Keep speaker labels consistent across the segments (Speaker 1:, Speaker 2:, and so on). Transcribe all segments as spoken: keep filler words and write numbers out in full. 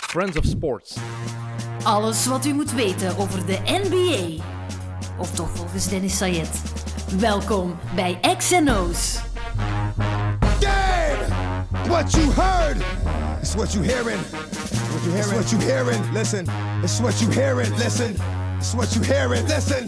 Speaker 1: Friends of Sports.
Speaker 2: Alles wat u moet weten over de N B A. Of toch volgens Dennis Sayed. Welkom bij X N O's.
Speaker 3: Damn! What you heard is what you hearing. It's what you hearing. Listen. It's what you hearing. Listen. It's what you hearing. Listen.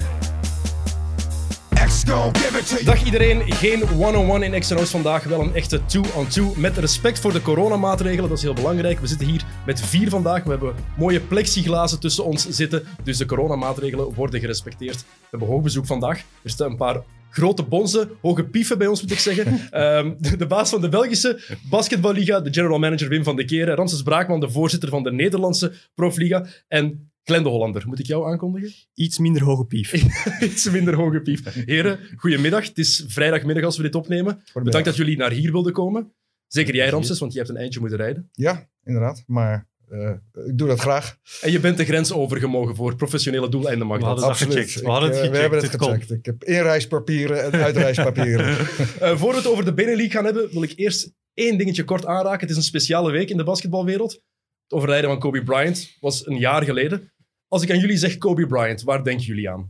Speaker 4: Dag iedereen, geen one-on-one in X N O's vandaag, wel een echte two-on-two met respect voor de coronamaatregelen, dat is heel belangrijk. We zitten hier met vier vandaag, we hebben mooie plexiglazen tussen ons zitten, dus de coronamaatregelen worden gerespecteerd. We hebben hoog bezoek vandaag, er staan een paar grote bonzen, hoge pieven bij ons moet ik zeggen. um, de, de baas van de Belgische Basketballiga, de general manager Wim van de Keren, Ramses Braakman, de voorzitter van de Nederlandse Profliga en Glenn de Hollander. Moet ik jou aankondigen?
Speaker 5: Iets minder hoge pief.
Speaker 4: Iets minder hoge pief. Heren, goedemiddag. Het is vrijdagmiddag als we dit opnemen. Bedankt dat jullie naar hier wilden komen. Zeker jij, Ramses, want je hebt een eindje moeten rijden.
Speaker 6: Ja, inderdaad. Maar uh, ik doe dat graag.
Speaker 4: En je bent de grens overgemogen voor professionele doeleindenmarkt.
Speaker 5: We hadden het gecheckt. We, hadden het
Speaker 6: ik,
Speaker 5: gecheckt.
Speaker 6: we hebben het
Speaker 5: het
Speaker 6: gecheckt. Kon. Ik heb inreispapieren en uitreispapieren.
Speaker 4: uh, voor we het over de Benelux gaan hebben, wil ik eerst één dingetje kort aanraken. Het is een speciale week in de basketbalwereld. Het overlijden van Kobe Bryant was een jaar geleden. Als ik aan jullie zeg Kobe Bryant, waar denken jullie aan?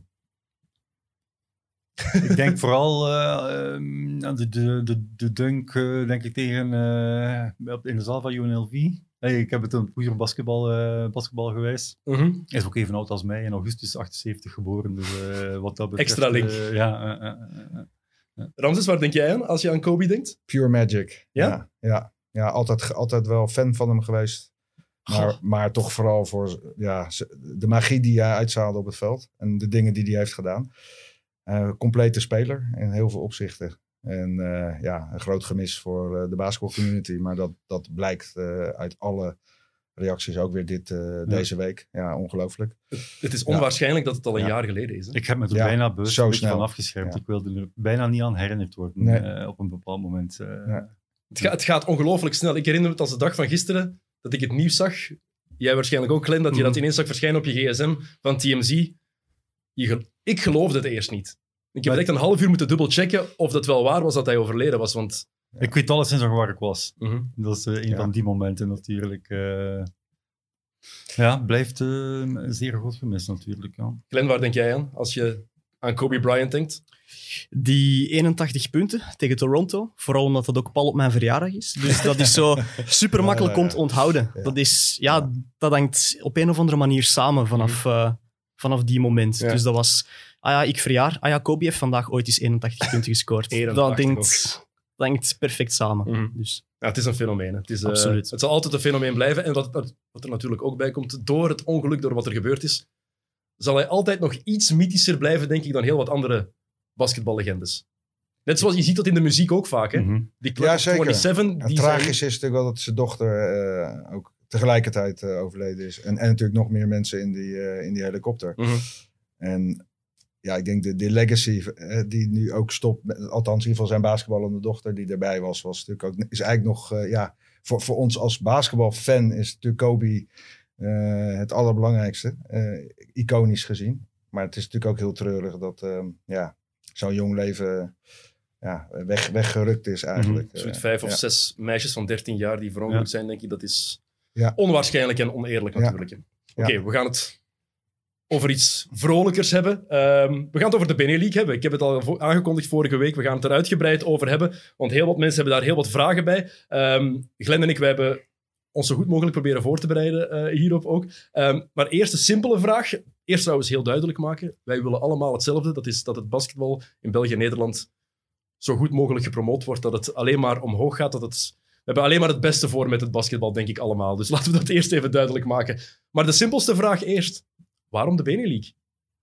Speaker 5: Ik denk vooral uh, aan de, de, de, de dunk, uh, denk ik, tegen uh, in de zaal van U N L V. Hey, ik heb het een vroeger basketbal, uh, basketbal geweest.
Speaker 4: Mm-hmm.
Speaker 5: Hij is ook even oud als mij, in augustus achtenzeventig geboren. Dus uh, wat dat betreft...
Speaker 4: Extra link.
Speaker 5: Uh, ja, uh, uh, uh, uh.
Speaker 4: Ramses, waar denk jij aan als je aan Kobe denkt?
Speaker 6: Pure magic.
Speaker 4: Ja?
Speaker 6: Ja, ja, ja altijd, altijd wel fan van hem geweest. Maar, maar toch vooral voor ja, de magie die hij uitzaalde op het veld. En de dingen die hij heeft gedaan. Uh, complete speler in heel veel opzichten. En uh, ja, een groot gemis voor uh, de basketbalcommunity. Maar dat, dat blijkt uh, uit alle reacties ook weer dit, uh, ja. deze week. Ja, ongelooflijk.
Speaker 4: Het, het is onwaarschijnlijk ja. dat het al een
Speaker 6: ja.
Speaker 4: jaar geleden is. Hè?
Speaker 5: Ik heb me er
Speaker 6: ja,
Speaker 5: bijna bewust
Speaker 6: zo
Speaker 5: een
Speaker 6: snel.
Speaker 5: van afgeschermd.
Speaker 6: Ja.
Speaker 5: Ik wilde er bijna niet aan herinnerd worden nee. uh, op een bepaald moment. Uh,
Speaker 6: nee.
Speaker 4: het, ga, het gaat ongelooflijk snel. Ik herinner me het als de dag van gisteren dat ik het nieuws zag. Jij waarschijnlijk ook, Glenn, dat je mm. dat ineens zag verschijnen op je gsm van T M Z. Je gel- ik geloofde het eerst niet. Ik heb echt een half uur moeten dubbelchecken of dat wel waar was dat hij overleden was, want...
Speaker 5: Ja. Ik weet alleszins nog waar ik was.
Speaker 4: Mm-hmm.
Speaker 5: Dat is uh, een
Speaker 6: ja.
Speaker 5: van die momenten natuurlijk. Uh, ja, blijft uh, een zeer groot gemis natuurlijk. Ja.
Speaker 4: Glenn, waar denk jij aan als je aan Kobe Bryant denkt?
Speaker 7: Die eenentachtig punten tegen Toronto, vooral omdat dat ook pal op mijn verjaardag is. Dus dat is zo super makkelijk om te onthouden. Ja. Dat, is, ja, dat hangt op een of andere manier samen vanaf, uh, vanaf die moment. Ja. Dus dat was, ah ja, ik verjaar. Ah ja, Kobe heeft vandaag ooit eens eenentachtig punten gescoord. Dat hangt, dat hangt perfect samen.
Speaker 4: Mm-hmm.
Speaker 7: Dus.
Speaker 4: Ja, het is een fenomeen. Het, is, uh,
Speaker 7: Absoluut.
Speaker 4: Het zal altijd een fenomeen blijven. En wat, wat er natuurlijk ook bij komt, door het ongeluk, door wat er gebeurd is, zal hij altijd nog iets mythischer blijven, denk ik, dan heel wat andere basketballegendes. Net zoals je ziet dat in de muziek ook vaak. Hè?
Speaker 5: Mm-hmm.
Speaker 4: Die Club
Speaker 6: ja, zeker.
Speaker 4: eenentwintig, die
Speaker 6: ja, tragisch
Speaker 4: zijn...
Speaker 6: is natuurlijk wel dat zijn dochter uh, ook tegelijkertijd uh, overleden is. En, en natuurlijk nog meer mensen in die, uh, in die helikopter.
Speaker 4: Mm-hmm.
Speaker 6: En ja, ik denk de, de legacy uh, die nu ook stopt, met, althans in ieder geval zijn basketballende dochter die erbij was, was natuurlijk ook, is eigenlijk nog, uh, ja, voor, voor ons als basketbalfan is natuurlijk Kobe uh, het allerbelangrijkste. Uh, iconisch gezien. Maar het is natuurlijk ook heel treurig dat, uh, ja, zo'n jong leven ja, weg, weggerukt is eigenlijk.
Speaker 4: Mm-hmm. Vijf uh, of ja. zes meisjes van dertien jaar die verongelukt ja. zijn, denk ik, dat is
Speaker 6: ja.
Speaker 4: onwaarschijnlijk en oneerlijk natuurlijk. Ja. Oké, okay,
Speaker 6: ja.
Speaker 4: we gaan het over iets vrolijkers hebben. Um, we gaan het over de Benelux hebben. Ik heb het al vo- aangekondigd vorige week. We gaan het er uitgebreid over hebben, want heel wat mensen hebben daar heel wat vragen bij. Um, Glenn en ik, wij hebben ons zo goed mogelijk proberen voor te bereiden uh, hierop ook. Um, maar eerst een simpele vraag. Eerst trouwens heel duidelijk maken. Wij willen allemaal hetzelfde. Dat is dat het basketbal in België en Nederland zo goed mogelijk gepromoot wordt. Dat het alleen maar omhoog gaat. Dat het... We hebben alleen maar het beste voor met het basketbal, denk ik allemaal. Dus laten we dat eerst even duidelijk maken. Maar de simpelste vraag eerst. Waarom de Benelux?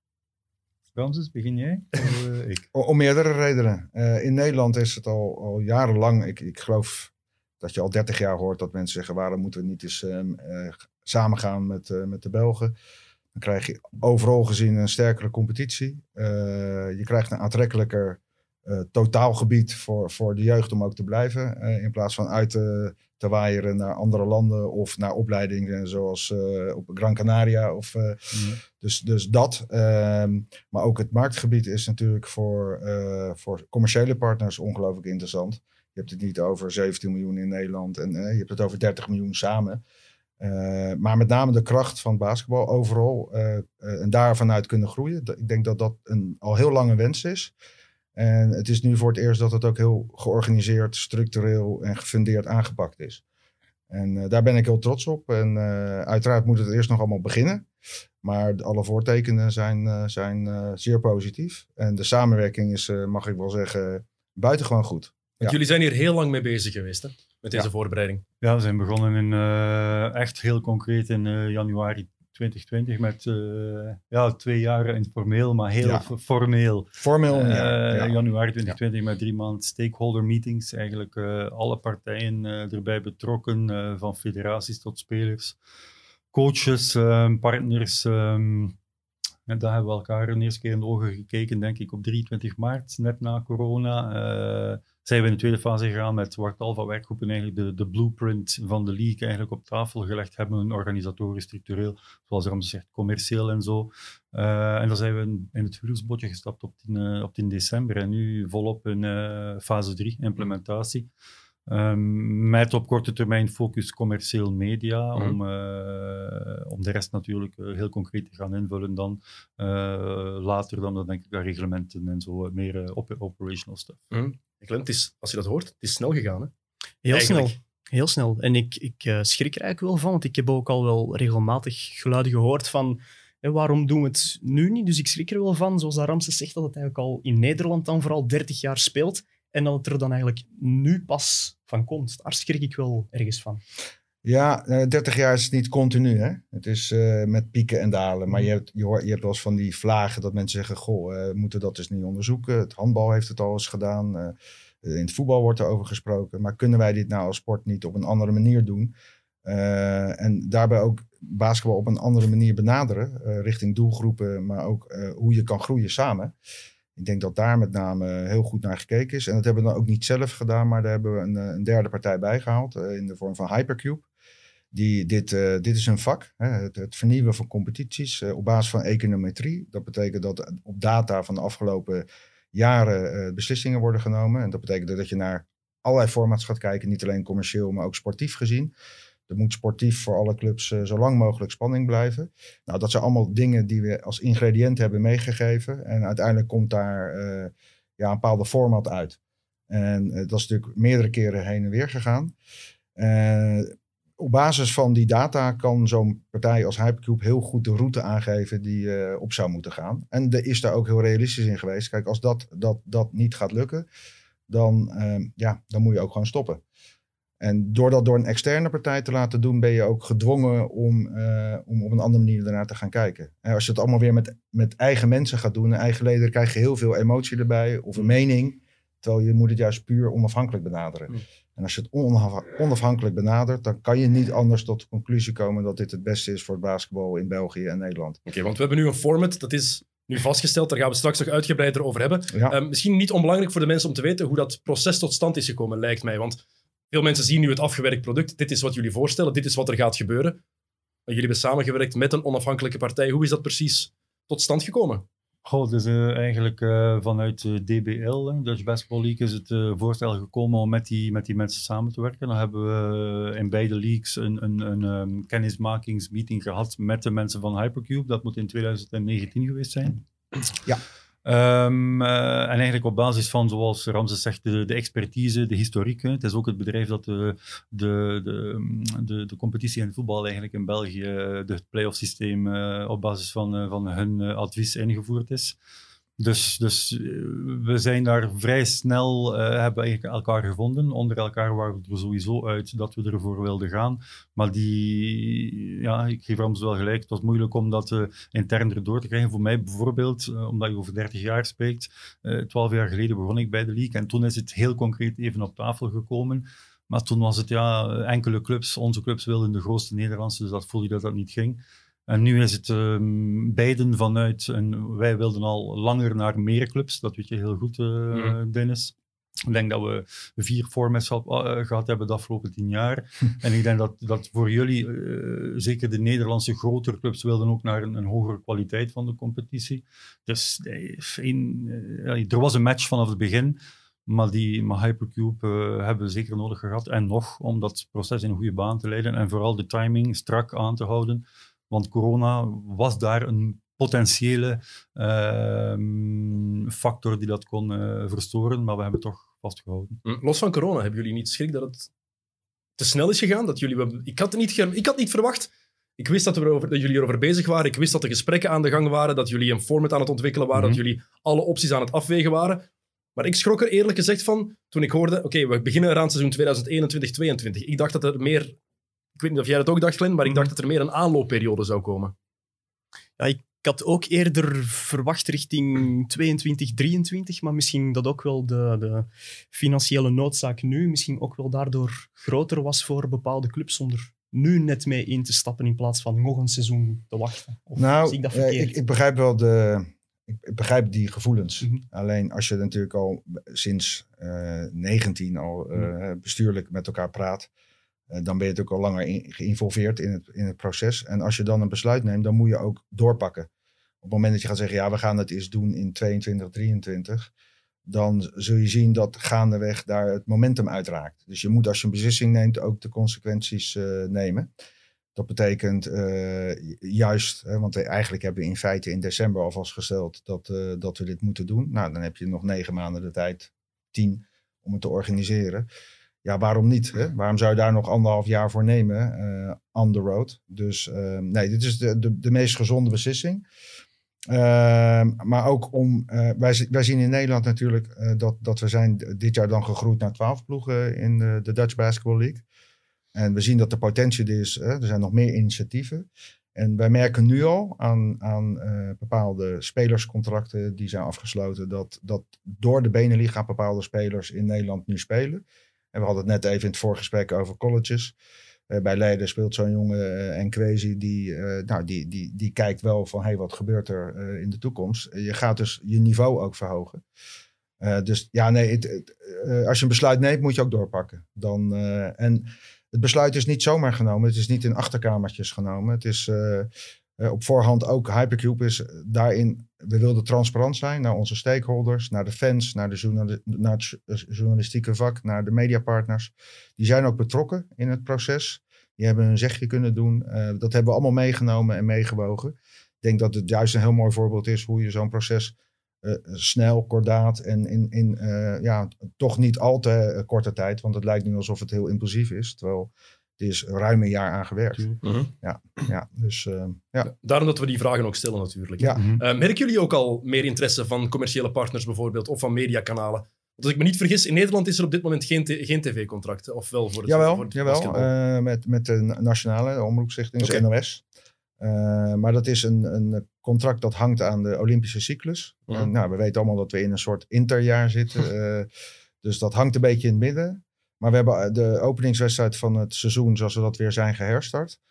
Speaker 5: Ramses, begin jij? Of, uh, ik?
Speaker 6: Om meerdere redenen. Uh, in Nederland is het al, al jarenlang... Ik, ik geloof dat je al dertig jaar hoort dat mensen zeggen... waarom moeten we niet eens uh, uh, samengaan met, uh, met de Belgen? Dan krijg je overal gezien een sterkere competitie. Uh, je krijgt een aantrekkelijker uh, totaalgebied voor, voor de jeugd om ook te blijven. Uh, in plaats van uit te, te waaieren naar andere landen of naar opleidingen zoals uh, op Gran Canaria. Of, uh, mm. dus, dus dat. Um, maar ook het marktgebied is natuurlijk voor, uh, voor commerciële partners ongelooflijk interessant. Je hebt het niet over zeventien miljoen in Nederland en uh, je hebt het over dertig miljoen samen. Uh, maar met name de kracht van het basketbal overal uh, uh, en daar vanuit kunnen groeien. Ik denk dat dat een al heel lange wens is. En het is nu voor het eerst dat het ook heel georganiseerd, structureel en gefundeerd aangepakt is. En uh, daar ben ik heel trots op. En uh, uiteraard moet het eerst nog allemaal beginnen. Maar alle voortekenen zijn, uh, zijn uh, zeer positief. En de samenwerking is, uh, mag ik wel zeggen, buitengewoon goed. Ja.
Speaker 4: Jullie zijn hier heel lang mee bezig geweest, hè? Met deze
Speaker 6: ja.
Speaker 4: voorbereiding.
Speaker 5: Ja, we zijn begonnen in, uh, echt heel concreet in uh, januari twintig twintig met uh, ja, twee jaar informeel, maar heel
Speaker 6: ja.
Speaker 5: formeel.
Speaker 6: Formeel,
Speaker 5: uh,
Speaker 6: ja. ja.
Speaker 5: Januari twintig twintig ja. met drie maanden stakeholder meetings. Eigenlijk uh, alle partijen uh, erbij betrokken, uh, van federaties tot spelers, coaches, uh, partners. Um, en daar hebben we elkaar een eerste keer in de ogen gekeken, denk ik, op drieëntwintig maart, net na corona. Uh, zijn we in de tweede fase gegaan met waar tal van werkgroepen eigenlijk de, de blueprint van de league eigenlijk op tafel gelegd hebben, organisatorisch, structureel, zoals Ramses zegt, commercieel en zo. Uh, en dan zijn we in, in het huwelijksbootje gestapt op tien, uh, op tien december en nu volop in uh, fase drie, implementatie. Um, met op korte termijn focus commercieel media, mm. om, uh, om de rest natuurlijk uh, heel concreet te gaan invullen dan. Uh, later dan, dan denk ik aan reglementen en zo, uh, meer uh, op, operational stuff.
Speaker 4: Mm. Glenn, het is, als je dat hoort, het is snel gegaan, hè?
Speaker 7: Heel
Speaker 4: Eigenlijk.
Speaker 7: snel. Heel snel. En ik, ik uh, schrik er eigenlijk wel van, want ik heb ook al wel regelmatig geluiden gehoord van hè, waarom doen we het nu niet? Dus ik schrik er wel van, zoals Ramses zegt, dat het eigenlijk al in Nederland dan vooral dertig jaar speelt en dat het er dan eigenlijk nu pas van komt. Daar schrik ik wel ergens van.
Speaker 6: Ja, dertig jaar is niet continu, hè. Het is uh, met pieken en dalen. Maar je hebt, je, hoort, je hebt wel eens van die vlagen dat mensen zeggen, goh, uh, we moeten dat eens niet onderzoeken. Het handbal heeft het al eens gedaan. Uh, in het voetbal wordt er over gesproken. Maar kunnen wij dit nou als sport niet op een andere manier doen? Uh, en daarbij ook basketbal op een andere manier benaderen. Uh, richting doelgroepen, maar ook uh, hoe je kan groeien samen. Ik denk dat daar met name heel goed naar gekeken is. En dat hebben we dan ook niet zelf gedaan, maar daar hebben we een, een derde partij bijgehaald. Uh, in de vorm van Hypercube. Die, dit, uh, dit is een vak, hè, het, het vernieuwen van competities uh, op basis van econometrie. Dat betekent dat op data van de afgelopen jaren uh, beslissingen worden genomen. En dat betekent dat je naar allerlei formats gaat kijken, niet alleen commercieel, maar ook sportief gezien. Er moet sportief voor alle clubs uh, zo lang mogelijk spanning blijven. Nou, dat zijn allemaal dingen die we als ingrediënt hebben meegegeven. En uiteindelijk komt daar uh, ja, een bepaalde format uit. En uh, dat is natuurlijk meerdere keren heen en weer gegaan. Uh, Op basis van die data kan zo'n partij als Hypercube heel goed de route aangeven die uh, op zou moeten gaan. En er is daar ook heel realistisch in geweest. Kijk, als dat, dat, dat niet gaat lukken, dan, uh, ja, dan moet je ook gewoon stoppen. En door dat door een externe partij te laten doen, ben je ook gedwongen om, uh, om op een andere manier daarnaar te gaan kijken. En als je het allemaal weer met, met eigen mensen gaat doen, eigen leden, dan krijg je heel veel emotie erbij of een mening. Terwijl je moet het juist puur onafhankelijk benaderen. Mm. En als je het onaf- onafhankelijk benadert, dan kan je niet anders tot de conclusie komen dat dit het beste is voor het basketbal in België en Nederland.
Speaker 4: Oké, okay, want we hebben nu een format, dat is nu vastgesteld. Daar gaan we straks nog uitgebreider over hebben.
Speaker 6: Ja.
Speaker 4: Uh, misschien niet onbelangrijk voor de mensen om te weten hoe dat proces tot stand is gekomen, lijkt mij. Want veel mensen zien nu het afgewerkt product. Dit is wat jullie voorstellen, dit is wat er gaat gebeuren. En jullie hebben samengewerkt met een onafhankelijke partij. Hoe is dat precies tot stand gekomen?
Speaker 5: Goh, dus uh, eigenlijk uh, vanuit uh, D B L, hè, Dutch Basketball League, is het uh, voorstel gekomen om met die, met die mensen samen te werken. Dan hebben we uh, in beide leagues een, een, een um, kennismakingsmeeting gehad met de mensen van Hypercube. Dat moet in twintig negentien geweest zijn.
Speaker 6: Ja.
Speaker 5: Um, uh, en eigenlijk op basis van, zoals Ramses zegt, de, de expertise, de historiek. Hè. Het is ook het bedrijf dat de, de, de, de, de competitie in het voetbal eigenlijk in België, het play-off systeem, uh, op basis van, uh, van hun uh, advies ingevoerd is. Dus, dus we zijn daar vrij snel, uh, hebben eigenlijk elkaar gevonden. Onder elkaar waren we er sowieso uit dat we ervoor wilden gaan. Maar die, ja, ik geef Ramses wel gelijk, het was moeilijk om dat uh, intern erdoor te krijgen. Voor mij bijvoorbeeld, uh, omdat je over dertig jaar spreekt, uh, twaalf jaar geleden begon ik bij de league. En toen is het heel concreet even op tafel gekomen. Maar toen was het, ja, enkele clubs, onze clubs wilden de grootste Nederlandse, dus dat voelde je dat dat niet ging. En nu is het um, beiden vanuit, en wij wilden al langer naar meer clubs, dat weet je heel goed, uh, mm. Dennis. Ik denk dat we vier formats uh, gehad hebben de afgelopen tien jaar. En ik denk dat, dat voor jullie, uh, zeker de Nederlandse grotere clubs, wilden ook naar een, een hogere kwaliteit van de competitie. Dus uh, een, uh, er was een match vanaf het begin. Maar, die, maar Hypercube uh, hebben we zeker nodig gehad. En nog, om dat proces in een goede baan te leiden. En vooral de timing strak aan te houden. Want corona was daar een potentiële uh, factor die dat kon uh, verstoren. Maar we hebben het toch vastgehouden.
Speaker 4: Los van corona, hebben jullie niet schrik dat het te snel is gegaan? Dat jullie, ik, had het niet, ik had niet verwacht. Ik wist dat, we erover, dat jullie erover bezig waren. Ik wist dat de gesprekken aan de gang waren. Dat jullie een format aan het ontwikkelen waren. Mm-hmm. Dat jullie alle opties aan het afwegen waren. Maar ik schrok er eerlijk gezegd van toen ik hoorde... Oké, okay, we beginnen eraan seizoen tweeduizend eenentwintig tweeëntwintig. Ik dacht dat er meer... Ik weet niet of jij dat ook dacht, Glenn, maar ik dacht dat er meer een aanloopperiode zou komen.
Speaker 7: Ja, ik had ook eerder verwacht richting tweeëntwintig drieëntwintig, maar misschien dat ook wel de, de financiële noodzaak nu misschien ook wel daardoor groter was voor bepaalde clubs om er nu net mee in te stappen in plaats van nog een seizoen te wachten. Of
Speaker 6: nou,
Speaker 7: zie ik dat
Speaker 6: uh, ik, ik begrijp wel de... Ik begrijp die gevoelens.
Speaker 7: Mm-hmm.
Speaker 6: Alleen als je natuurlijk al sinds uh, negentien al uh, mm-hmm. bestuurlijk met elkaar praat, uh, dan ben je natuurlijk al langer in, geïnvolveerd in het, in het proces. En als je dan een besluit neemt, dan moet je ook doorpakken. Op het moment dat je gaat zeggen, ja, we gaan het eens doen in tweeëntwintig, drieëntwintig, dan zul je zien dat gaandeweg daar het momentum uitraakt. Dus je moet als je een beslissing neemt ook de consequenties uh, nemen. Dat betekent uh, juist, hè, want eigenlijk hebben we in feite in december al vastgesteld dat, uh, dat we dit moeten doen. Nou, dan heb je nog negen maanden de tijd, tien, om het te organiseren. Ja, waarom niet? Hè? Waarom zou je daar nog anderhalf jaar voor nemen, uh, on the road? Dus uh, nee, dit is de, de, de meest gezonde beslissing. Uh, maar ook om, uh, wij, wij zien in Nederland natuurlijk uh, dat, dat we zijn dit jaar dan gegroeid naar twaalf ploegen in de, de Dutch Basketball League. En we zien dat er potentie is. Hè? Er zijn nog meer initiatieven. En wij merken nu al aan, aan uh, bepaalde spelerscontracten die zijn afgesloten, dat, dat door de Beneliga bepaalde spelers in Nederland nu spelen. En we hadden het net even in het voorgesprek over colleges. Uh, bij Leiden speelt zo'n jongen uh, Nkwesi, die, uh, nou, die, die, die kijkt wel van, hey, wat gebeurt er uh, in de toekomst? Je gaat dus je niveau ook verhogen. Uh, dus ja, nee, het, het, uh, als je een besluit neemt, moet je ook doorpakken. Dan, uh, en het besluit is niet zomaar genomen. Het is niet in achterkamertjes genomen. Het is uh, uh, op voorhand ook, Hypercube is daarin, we wilden transparant zijn naar onze stakeholders, naar de fans, naar, de journali- naar het journalistieke vak, naar de mediapartners. Die zijn ook betrokken in het proces. Die hebben hun zegje kunnen doen. Uh, dat hebben we allemaal meegenomen en meegewogen. Ik denk dat het juist een heel mooi voorbeeld is hoe je zo'n proces Uh, snel, kordaat en in, in uh, ja, toch niet al te uh, korte tijd. Want het lijkt nu alsof het heel impulsief is. Terwijl er is ruim een jaar aan gewerkt.
Speaker 4: Mm-hmm.
Speaker 6: Ja, ja, dus, uh, ja.
Speaker 4: Daarom dat we die vragen ook stellen natuurlijk.
Speaker 6: Ja.
Speaker 5: Mm-hmm.
Speaker 4: Uh, merken jullie ook al meer interesse van commerciële partners bijvoorbeeld of van mediakanalen? Want als ik me niet vergis, in Nederland is er op dit moment geen, te- geen tv-contract. Of wel voor het,
Speaker 6: Jawel,
Speaker 4: voor het
Speaker 6: jawel uh, met, met de nationale de omroepstichting, dus
Speaker 4: Okay.
Speaker 6: N O S. Uh, maar dat is een, een contract dat hangt aan de Olympische cyclus.
Speaker 4: Mm-hmm.
Speaker 6: Uh, nou, we weten allemaal dat we in een soort interjaar zitten. Uh, dus dat hangt een beetje in het midden. Maar we hebben de openingswedstrijd van het seizoen, zoals we dat weer zijn geherstart.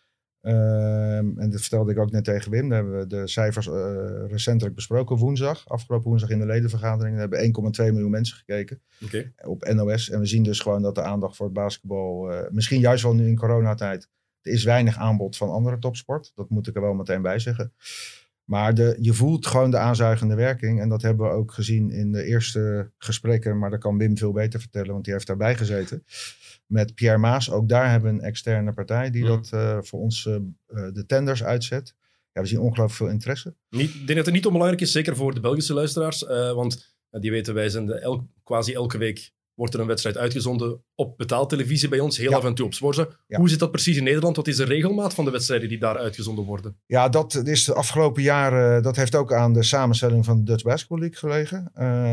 Speaker 6: Uh, en dat vertelde ik ook net tegen Wim. Daar hebben we de cijfers uh, recentelijk besproken woensdag. Afgelopen woensdag in de ledenvergadering. Daar hebben één komma twee miljoen mensen gekeken
Speaker 4: Okay.
Speaker 6: op N O S. En we zien dus gewoon dat de aandacht voor het basketbal, uh, misschien juist wel nu in coronatijd, er is weinig aanbod van andere topsport. Dat moet ik er wel meteen bij zeggen. Maar de, je voelt gewoon de aanzuigende werking. En dat hebben we ook gezien in de eerste gesprekken. Maar dat kan Wim veel beter vertellen, want die heeft daarbij gezeten. Met Pierre Maas. Ook daar hebben we een externe partij die
Speaker 4: Ja.
Speaker 6: dat uh, voor ons uh, de tenders uitzet. Ja, we zien ongelooflijk veel interesse.
Speaker 4: Niet, ik denk dat het niet onbelangrijk is, zeker voor de Belgische luisteraars. Uh, want uh, die weten, wij zijn de el- quasi elke week wordt er een wedstrijd uitgezonden op betaaltelevisie bij ons, heel
Speaker 6: Ja.
Speaker 4: af en toe op Sporza.
Speaker 6: Ja.
Speaker 4: Hoe zit dat precies in Nederland? Wat is de regelmaat van de wedstrijden die daar uitgezonden worden?
Speaker 6: Ja, dat is de afgelopen jaren, dat heeft ook aan de samenstelling van de Dutch Basketball League gelegen.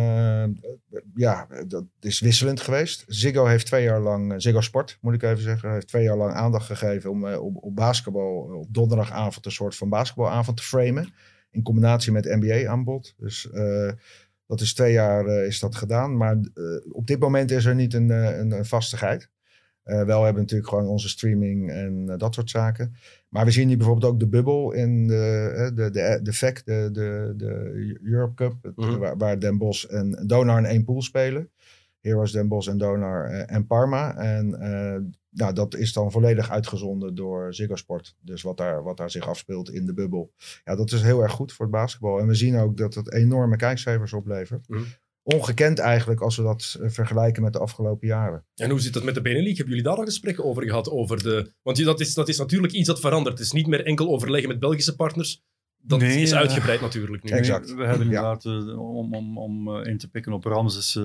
Speaker 6: Uh, ja, dat is wisselend geweest. Ziggo heeft twee jaar lang, Ziggo Sport moet ik even zeggen, heeft twee jaar lang aandacht gegeven om uh, op, op basketbal, op donderdagavond een soort van basketbalavond te framen. In combinatie met N B A-aanbod. Dus uh, dat is twee jaar uh, is dat gedaan. Maar uh, op dit moment is er niet een, een, een vastigheid. Uh, wel hebben we natuurlijk gewoon onze streaming en uh, dat soort zaken. Maar we zien hier bijvoorbeeld ook de bubbel in de, de, de, de V E C, de, de, de Europe Cup, het,
Speaker 4: Mm-hmm.
Speaker 6: waar, waar Den Bosch en Donar in één pool spelen. Heroes Den Bosch en Donar uh, en Parma. En uh, nou, dat is dan volledig uitgezonden door Ziggo Sport. Dus wat daar, wat daar zich afspeelt in de bubbel. Ja, dat is heel erg goed voor het basketbal. En we zien ook dat het enorme kijkcijfers oplevert.
Speaker 4: Mm.
Speaker 6: ongekend eigenlijk als we dat uh, vergelijken met de afgelopen jaren.
Speaker 4: En hoe zit het met de Benelux? Hebben jullie daar al gesprekken over gehad? Over de... Want dat is, dat is natuurlijk iets dat verandert. Het is niet meer enkel overleggen met Belgische partners. Dat
Speaker 5: nee,
Speaker 4: is
Speaker 5: uh,
Speaker 4: uitgebreid natuurlijk nu.
Speaker 6: Exact.
Speaker 5: We hebben
Speaker 6: Ja.
Speaker 5: inderdaad, uh, om, om, om uh, in te pikken op Ramses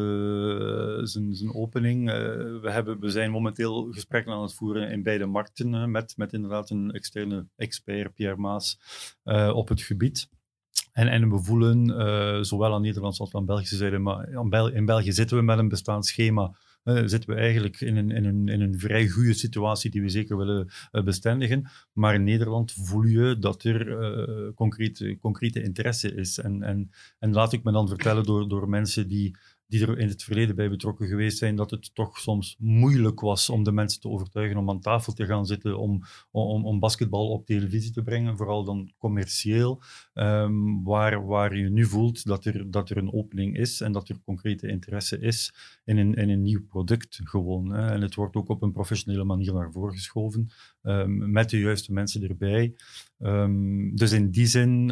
Speaker 5: uh, zijn, zijn opening, uh, we, hebben, we zijn momenteel gesprekken aan het voeren in beide markten uh, met, met inderdaad een externe expert, Pierre Maas, uh, op het gebied. En, en we voelen, uh, zowel aan Nederlandse als aan Belgische zijde, maar aan Bel- in België zitten we met een bestaand schema. Uh, zitten we eigenlijk in een, in, een, in een vrij goede situatie die we zeker willen uh, bestendigen. Maar in Nederland voel je dat er uh, concrete, concrete interesse is. En, en, en laat ik me dan vertellen door, door mensen die, die er in het verleden bij betrokken geweest zijn, dat het toch soms moeilijk was om de mensen te overtuigen om aan tafel te gaan zitten, om, om, om basketbal op televisie te brengen, vooral dan commercieel, um, waar, waar je nu voelt dat er, dat er een opening is en dat er concrete interesse is in een, in een nieuw product gewoon. Hè. En het wordt ook op een professionele manier naar voren geschoven, um, met de juiste mensen erbij. Um, dus in die zin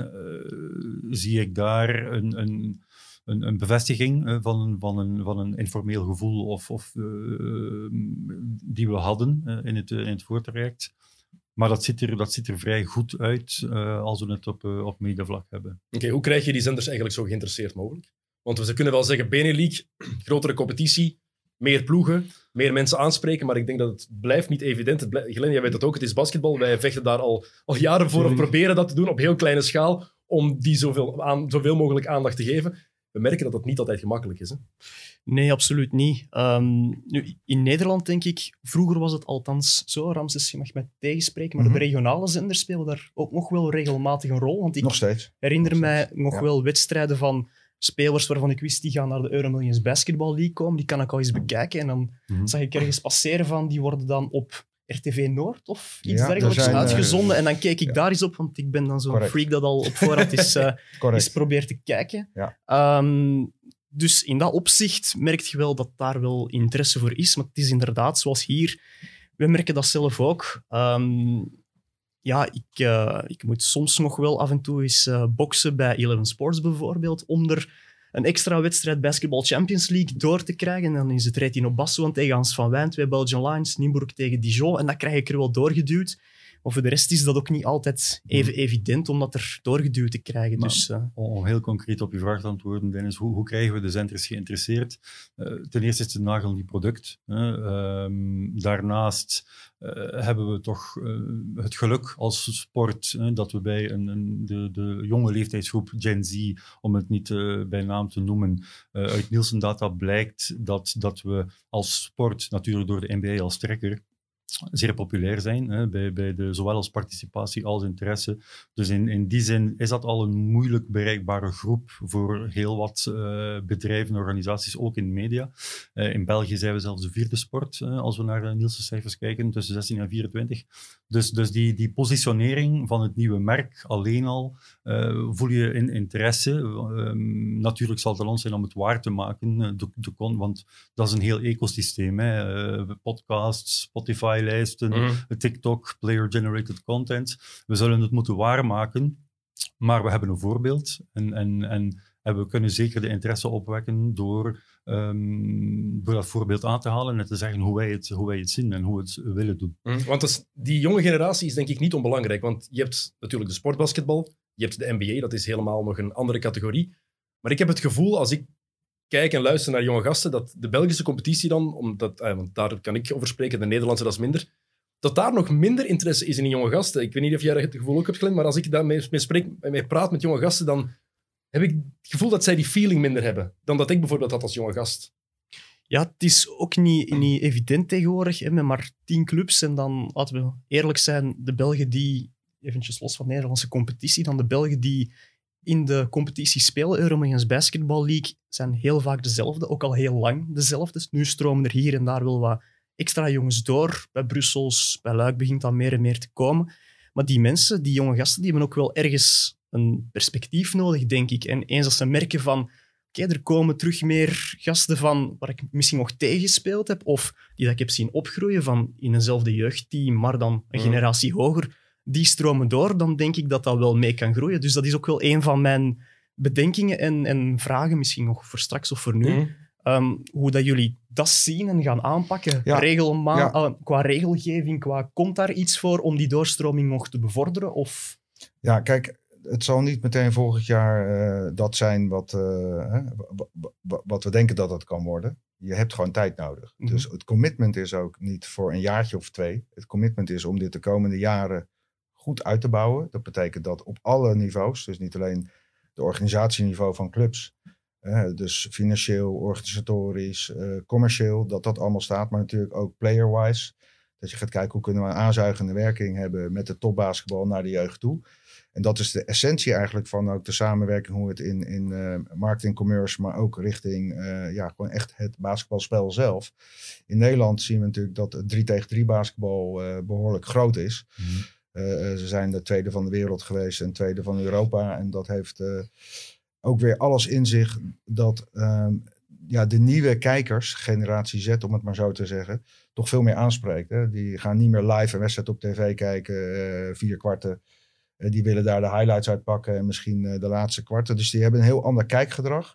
Speaker 5: uh, zie ik daar een... een Een, een bevestiging uh, van, van, een, van een informeel gevoel of, of, uh, die we hadden uh, in, het, uh, in het voortraject. Maar dat ziet er, dat ziet er vrij goed uit uh, als we het op, uh, op mediavlak hebben.
Speaker 4: Oké, okay, hoe krijg je die zenders eigenlijk zo geïnteresseerd mogelijk? Want we kunnen wel zeggen, Benelux, grotere competitie, meer ploegen, meer mensen aanspreken, maar ik denk dat het blijft niet evident. Het blijft, Glenn, jij weet het ook, het is basketbal. Wij vechten daar al, al jaren voor, of proberen dat te doen op heel kleine schaal, om die zoveel, aan, zoveel mogelijk aandacht te geven. We merken dat dat niet altijd gemakkelijk is. Hè?
Speaker 7: Nee, absoluut niet. Um, nu, in Nederland denk ik, vroeger was het althans zo, Ramses, je mag mij tegenspreken, maar mm-hmm. de regionale zenders spelen daar ook nog wel regelmatig een rol. Want ik
Speaker 6: nog steeds.
Speaker 7: herinner
Speaker 6: nog
Speaker 7: mij
Speaker 6: steeds.
Speaker 7: nog
Speaker 6: ja.
Speaker 7: wel wedstrijden van spelers waarvan ik wist die gaan naar de Euromillions Basketball League komen. Die kan ik al eens bekijken. En dan mm-hmm. zag ik ergens passeren van, die worden dan op R T V Noord of iets
Speaker 6: ja,
Speaker 7: dergelijks
Speaker 6: zijn,
Speaker 7: uitgezonden.
Speaker 6: Uh,
Speaker 7: en dan keek ik ja. daar eens op, want ik ben dan zo'n
Speaker 6: Correct.
Speaker 7: freak dat al op voorhand is, uh, is probeert te kijken.
Speaker 6: Ja.
Speaker 7: Um, dus in dat opzicht merk je wel dat daar wel interesse voor is. Maar het is inderdaad, zoals hier, we merken dat zelf ook. Um, ja, ik, uh, ik moet soms nog wel af en toe eens uh, boksen bij Eleven Sports bijvoorbeeld, om er een extra wedstrijd Basketball Champions League door te krijgen. En dan is het Retino Bassoan tegen Hans van Wijn, twee Belgian Lions, Nienburg tegen Dijon. En dat krijg ik er wel doorgeduwd. Maar voor de rest is dat ook niet altijd even evident om dat er doorgeduwd te krijgen.
Speaker 5: Maar,
Speaker 7: dus, uh...
Speaker 5: om heel concreet op je vraag te antwoorden, Dennis, hoe, hoe krijgen we de zenders geïnteresseerd? Uh, ten eerste is het nagel niet product. Uh, um, daarnaast uh, hebben we toch uh, het geluk als sport uh, dat we bij een, een, de, de jonge leeftijdsgroep Gen Z, om het niet uh, bij naam te noemen, uh, uit Nielsen Data blijkt dat, dat we als sport, natuurlijk door de N B A als trekker, zeer populair zijn, hè, bij, bij de, zowel als participatie als interesse. Dus in, in die zin is dat al een moeilijk bereikbare groep voor heel wat uh, bedrijven en organisaties, ook in de media. Uh, in België zijn we zelfs de vierde sport, uh, als we naar de Nielsen-cijfers kijken, tussen zestien en vierentwintig. Dus, dus die, die positionering van het nieuwe merk alleen al uh, voel je in interesse. Uh, natuurlijk zal het aan ons zijn om het waar te maken, de, de con, want dat is een heel ecosysteem. Hè. Uh, podcasts, Spotify, lijsten, mm. TikTok, player-generated content. We zullen het moeten waarmaken, maar we hebben een voorbeeld en, en, en, en we kunnen zeker de interesse opwekken door, um, door dat voorbeeld aan te halen en te zeggen hoe wij het, hoe wij het zien en hoe we het willen doen.
Speaker 4: Mm. Want dus, die jonge generatie is denk ik niet onbelangrijk, want je hebt natuurlijk de sportbasketbal, je hebt de N B A, dat is helemaal nog een andere categorie. Maar ik heb het gevoel, als ik kijk en luister naar jonge gasten, dat de Belgische competitie dan, omdat, eh, want daar kan ik over spreken, de Nederlandse dat is minder, dat daar nog minder interesse is in die jonge gasten. Ik weet niet of jij het gevoel ook hebt, Glenn, maar als ik daarmee mee spreek, mee praat met jonge gasten, dan heb ik het gevoel dat zij die feeling minder hebben dan dat ik bijvoorbeeld had als jonge gast.
Speaker 7: Ja, het is ook niet, niet evident tegenwoordig, hè, met maar tien clubs. En dan, laten we eerlijk zijn, de Belgen die, eventjes los van de Nederlandse competitie, dan de Belgen die in de competitie spelen, Euromillions Basketball League, zijn heel vaak dezelfde, ook al heel lang dezelfde. Nu stromen er hier en daar wel wat extra jongens door. Bij Brussels, bij Luik begint dat meer en meer te komen. Maar die mensen, die jonge gasten, die hebben ook wel ergens een perspectief nodig, denk ik. En eens als ze merken van, oké, okay, er komen terug meer gasten van waar ik misschien nog tegen gespeeld heb, of die dat ik heb zien opgroeien van in eenzelfde jeugdteam, maar dan een generatie hoger, die stromen door, dan denk ik dat dat wel mee kan groeien. Dus dat is ook wel een van mijn bedenkingen en, en vragen, misschien nog voor straks of voor nu.
Speaker 4: Mm.
Speaker 7: Um, hoe dat jullie dat zien en gaan aanpakken.
Speaker 6: Ja.
Speaker 7: Regelma-
Speaker 6: Ja.
Speaker 7: uh, qua regelgeving, qua, komt daar iets voor om die doorstroming nog te bevorderen? Of...
Speaker 6: Ja, kijk, het zal niet meteen volgend jaar uh, dat zijn wat, uh, hè, w- w- w- wat we denken dat het kan worden. Je hebt gewoon tijd nodig.
Speaker 7: Mm-hmm.
Speaker 6: Dus het commitment is ook niet voor een jaartje of twee. Het commitment is om dit de komende jaren goed uit te bouwen. Dat betekent dat op alle niveaus, dus niet alleen de organisatieniveau van clubs, uh, dus financieel, organisatorisch, uh, commercieel, dat dat allemaal staat. Maar natuurlijk ook player-wise. Dat je gaat kijken hoe kunnen we een aanzuigende werking hebben met de topbasketbal naar de jeugd toe. En dat is de essentie eigenlijk van ook de samenwerking, hoe het in, in uh, marketing, commerce, maar ook richting uh, ja, gewoon echt het basketbalspel zelf. In Nederland zien we natuurlijk dat het drie tegen drie basketbal uh, behoorlijk groot is. Mm-hmm. Uh, ze zijn de tweede van de wereld geweest en tweede van Europa. En dat heeft uh, ook weer alles in zich dat um, ja, de nieuwe kijkers, generatie Z om het maar zo te zeggen, toch veel meer aanspreekt. Hè? Die gaan niet meer live een wedstrijd op tv kijken, uh, vier kwarten. Uh, die willen daar de highlights uitpakken en misschien uh, de laatste kwarten. Dus die hebben een heel ander kijkgedrag.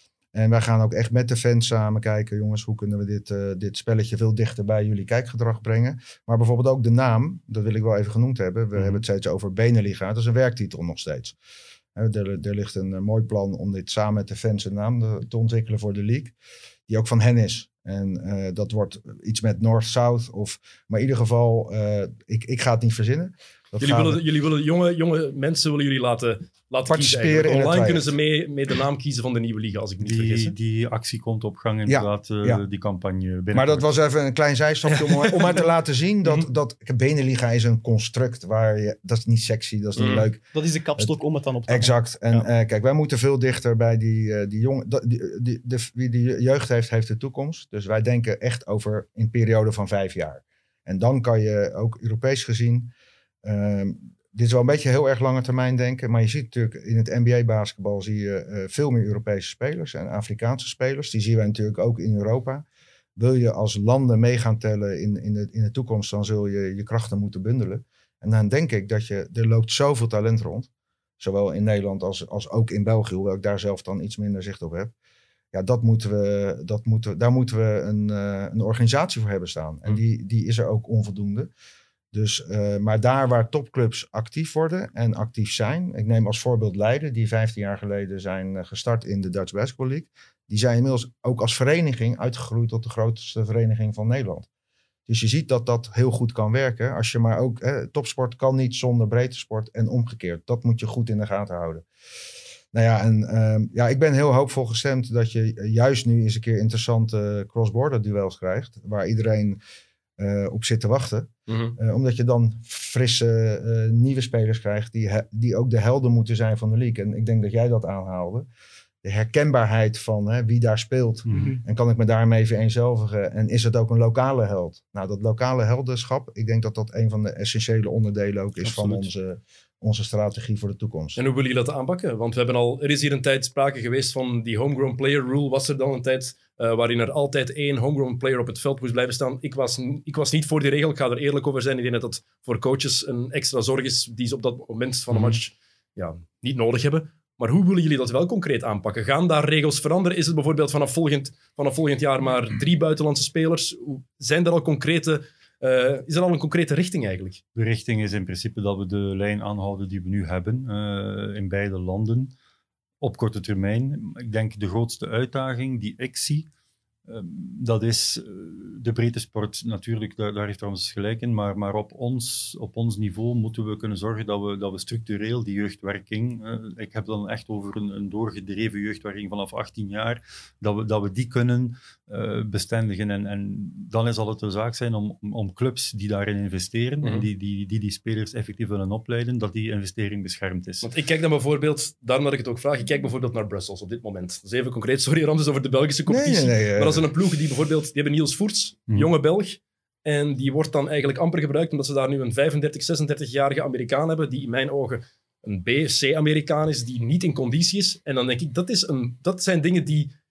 Speaker 6: En wij gaan ook echt met de fans samen kijken, jongens, hoe kunnen we dit, uh, dit spelletje veel dichter bij jullie kijkgedrag brengen. Maar bijvoorbeeld ook de naam, dat wil ik wel even genoemd hebben. We mm-hmm. hebben het steeds over Beneliga, dat is een werktitel nog steeds. Uh, er, er ligt een uh, mooi plan om dit samen met de fans een naam te, te ontwikkelen voor de league, die ook van hen is. En uh, dat wordt iets met North-South, of, maar in ieder geval, uh, ik, ik ga het niet verzinnen. Dat
Speaker 4: jullie, willen, jullie willen jonge, jonge mensen willen jullie laten, laten kiezen. Online kunnen ze mee, mee de naam kiezen van de nieuwe liga, als ik me niet vergis.
Speaker 5: Die, die actie komt op gang inderdaad, ja, uh, ja. die campagne binnen.
Speaker 6: Maar dat was even een klein zijstapje om, om maar te laten zien dat, dat Beneliga is een construct waar je, dat is niet sexy, dat is niet mm. leuk.
Speaker 7: Dat is de kapstok het, om het dan op te
Speaker 6: Exact. En ja. uh, kijk, wij moeten veel dichter bij die, uh, die jongen, die, die, die, de, wie die jeugd heeft, heeft de toekomst. Dus wij denken echt over een periode van vijf jaar. En dan kan je ook Europees gezien, um, dit is wel een beetje heel erg lange termijn denken, maar je ziet natuurlijk in het N B A-basketbal zie je uh, veel meer Europese spelers en Afrikaanse spelers. Die zien wij natuurlijk ook in Europa. Wil je als landen mee gaan tellen in, in, de, in de toekomst, dan zul je je krachten moeten bundelen. En dan denk ik dat je, er loopt zoveel talent rond, zowel in Nederland als, als ook in België, hoewel ik daar zelf dan iets minder zicht op heb. Ja, dat moeten we, dat moeten, daar moeten we een, uh, een organisatie voor hebben staan. En die, die is er ook onvoldoende. Dus, uh, maar daar waar topclubs actief worden en actief zijn. Ik neem als voorbeeld Leiden, die vijftien jaar geleden zijn uh, gestart in de Dutch Basketball League. Die zijn inmiddels ook als vereniging uitgegroeid tot de grootste vereniging van Nederland. Dus je ziet dat dat heel goed kan werken. Als je maar ook, eh, topsport kan niet zonder breedtesport en omgekeerd. Dat moet je goed in de gaten houden. Nou ja, en um, ja, ik ben heel hoopvol gestemd dat je juist nu eens een keer interessante cross-border duels krijgt. Waar iedereen uh, op zit te wachten. Mm-hmm. Uh, omdat je dan frisse uh, nieuwe spelers krijgt die, he- die ook de helden moeten zijn van de league. En ik denk dat jij dat aanhaalde. De herkenbaarheid van hè, wie daar speelt. Mm-hmm. En kan ik me daarmee vereenzelvigen? En is het ook een lokale held? Nou, dat lokale heldenschap, ik denk dat dat een van de essentiële onderdelen ook is Absoluut. van onze, onze strategie voor de toekomst.
Speaker 4: En hoe willen jullie dat aanpakken? Want we hebben al, er is hier een tijd sprake geweest van die homegrown player rule. Was er dan een tijd uh, waarin er altijd één homegrown player op het veld moest blijven staan? Ik was, ik was niet voor die regel, ik ga er eerlijk over zijn. Ik denk dat dat voor coaches een extra zorg is die ze op dat moment van een match ja, niet nodig hebben. Maar hoe willen jullie dat wel concreet aanpakken? Gaan daar regels veranderen? Is het bijvoorbeeld vanaf volgend, vanaf volgend jaar maar drie buitenlandse spelers? Zijn er al concrete, uh, is er al een concrete richting eigenlijk?
Speaker 5: De richting is in principe dat we de lijn aanhouden die we nu hebben uh, in beide landen op korte termijn. Ik denk de grootste uitdaging die ik zie, uh, dat is uh, de breedtesport natuurlijk, daar, daar heeft Ramses gelijk in, maar, maar op, ons, op ons niveau moeten we kunnen zorgen dat we, dat we structureel die jeugdwerking, uh, ik heb dan echt over een, een doorgedreven jeugdwerking vanaf achttien jaar, dat we, dat we die kunnen uh, bestendigen. En, en dan is al het de zaak zijn om, om, om clubs die daarin investeren mm-hmm. en die die, die die spelers effectief willen opleiden, dat die investering beschermd is.
Speaker 4: Want ik kijk dan bijvoorbeeld, daarom dat ik het ook vraag, ik kijk bijvoorbeeld naar Brussels op dit moment. Dat is even concreet, sorry Ramses, over de Belgische competitie. Nee, nee, nee, maar als een ploeg die bijvoorbeeld, die hebben Niels Voerts, mm. jonge Belg, en die wordt dan eigenlijk amper gebruikt omdat ze daar nu een vijfendertig, zesendertig-jarige Amerikaan hebben, die in mijn ogen een B, C-Amerikaan is, die niet in conditie is. En dan denk ik, dat, is een, dat zijn dingen die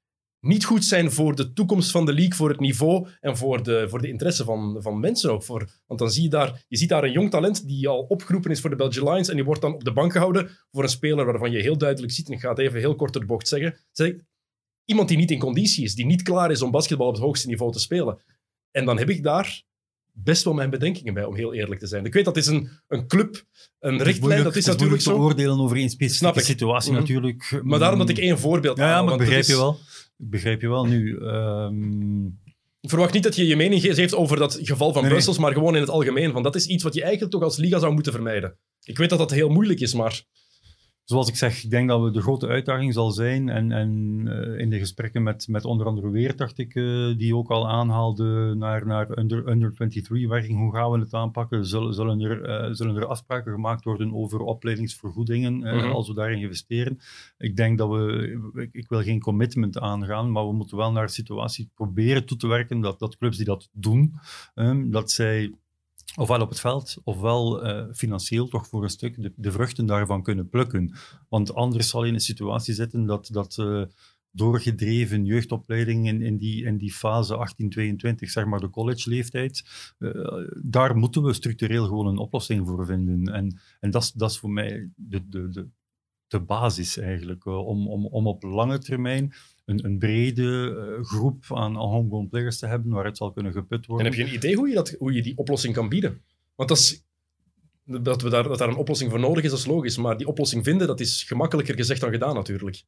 Speaker 4: niet goed zijn voor de toekomst van de league, voor het niveau en voor de, voor de interesse van, van mensen ook. Voor, want dan zie je daar, je ziet daar een jong talent die al opgeroepen is voor de Belgian Lions en die wordt dan op de bank gehouden voor een speler waarvan je heel duidelijk ziet, en ik ga het even heel kort door de bocht zeggen, zeg, iemand die niet in conditie is, die niet klaar is om basketbal op het hoogste niveau te spelen. En dan heb ik daar best wel mijn bedenkingen bij, om heel eerlijk te zijn. Ik weet, dat is een, een club, een richtlijn, dat is,
Speaker 5: is
Speaker 4: natuurlijk zo.
Speaker 5: te oordelen over één specifieke situatie
Speaker 4: mm-hmm.
Speaker 5: natuurlijk.
Speaker 4: Maar daarom dat ik één voorbeeld
Speaker 5: ja, ja, maar
Speaker 4: want
Speaker 5: begrijp
Speaker 4: is...
Speaker 5: je wel. Ik begrijp je wel nu. Um...
Speaker 4: Ik verwacht niet dat je je mening geeft over dat geval van
Speaker 5: nee,
Speaker 4: Brussels,
Speaker 5: nee.
Speaker 4: maar gewoon in het algemeen. Want dat is iets wat je eigenlijk toch als liga zou moeten vermijden. Ik weet dat dat heel moeilijk is, maar...
Speaker 5: Zoals ik zeg, ik denk dat we de grote uitdaging zal zijn. En, en uh, in de gesprekken met, met onder andere Weert, dacht ik, uh, die ook al aanhaalde naar, naar under, under eenentwintig-werking. Hoe gaan we het aanpakken? Zullen, zullen, er, uh, zullen er afspraken gemaakt worden over opleidingsvergoedingen uh, mm-hmm. als we daarin investeren? Ik denk dat we... Ik, ik wil geen commitment aangaan, maar we moeten wel naar de situatie proberen toe te werken dat, dat clubs die dat doen, um, dat zij... ofwel op het veld, ofwel uh, financieel toch voor een stuk de, de vruchten daarvan kunnen plukken. Want anders zal je in een situatie zitten dat, dat uh, doorgedreven jeugdopleiding in, in, die, in die fase achttien tweeëntwintig, zeg maar de college-leeftijd, uh, daar moeten we structureel gewoon een oplossing voor vinden. En, en dat, dat is voor mij de, de, de, de basis eigenlijk, uh, om, om, om op lange termijn Een, een brede uh, groep aan homegrown players te hebben waar het zal kunnen geput worden.
Speaker 4: En heb je een idee hoe je, dat, hoe je die oplossing kan bieden? Want dat, is, dat, we daar, dat daar een oplossing voor nodig is, dat is logisch. Maar die oplossing vinden, dat is gemakkelijker gezegd dan gedaan natuurlijk.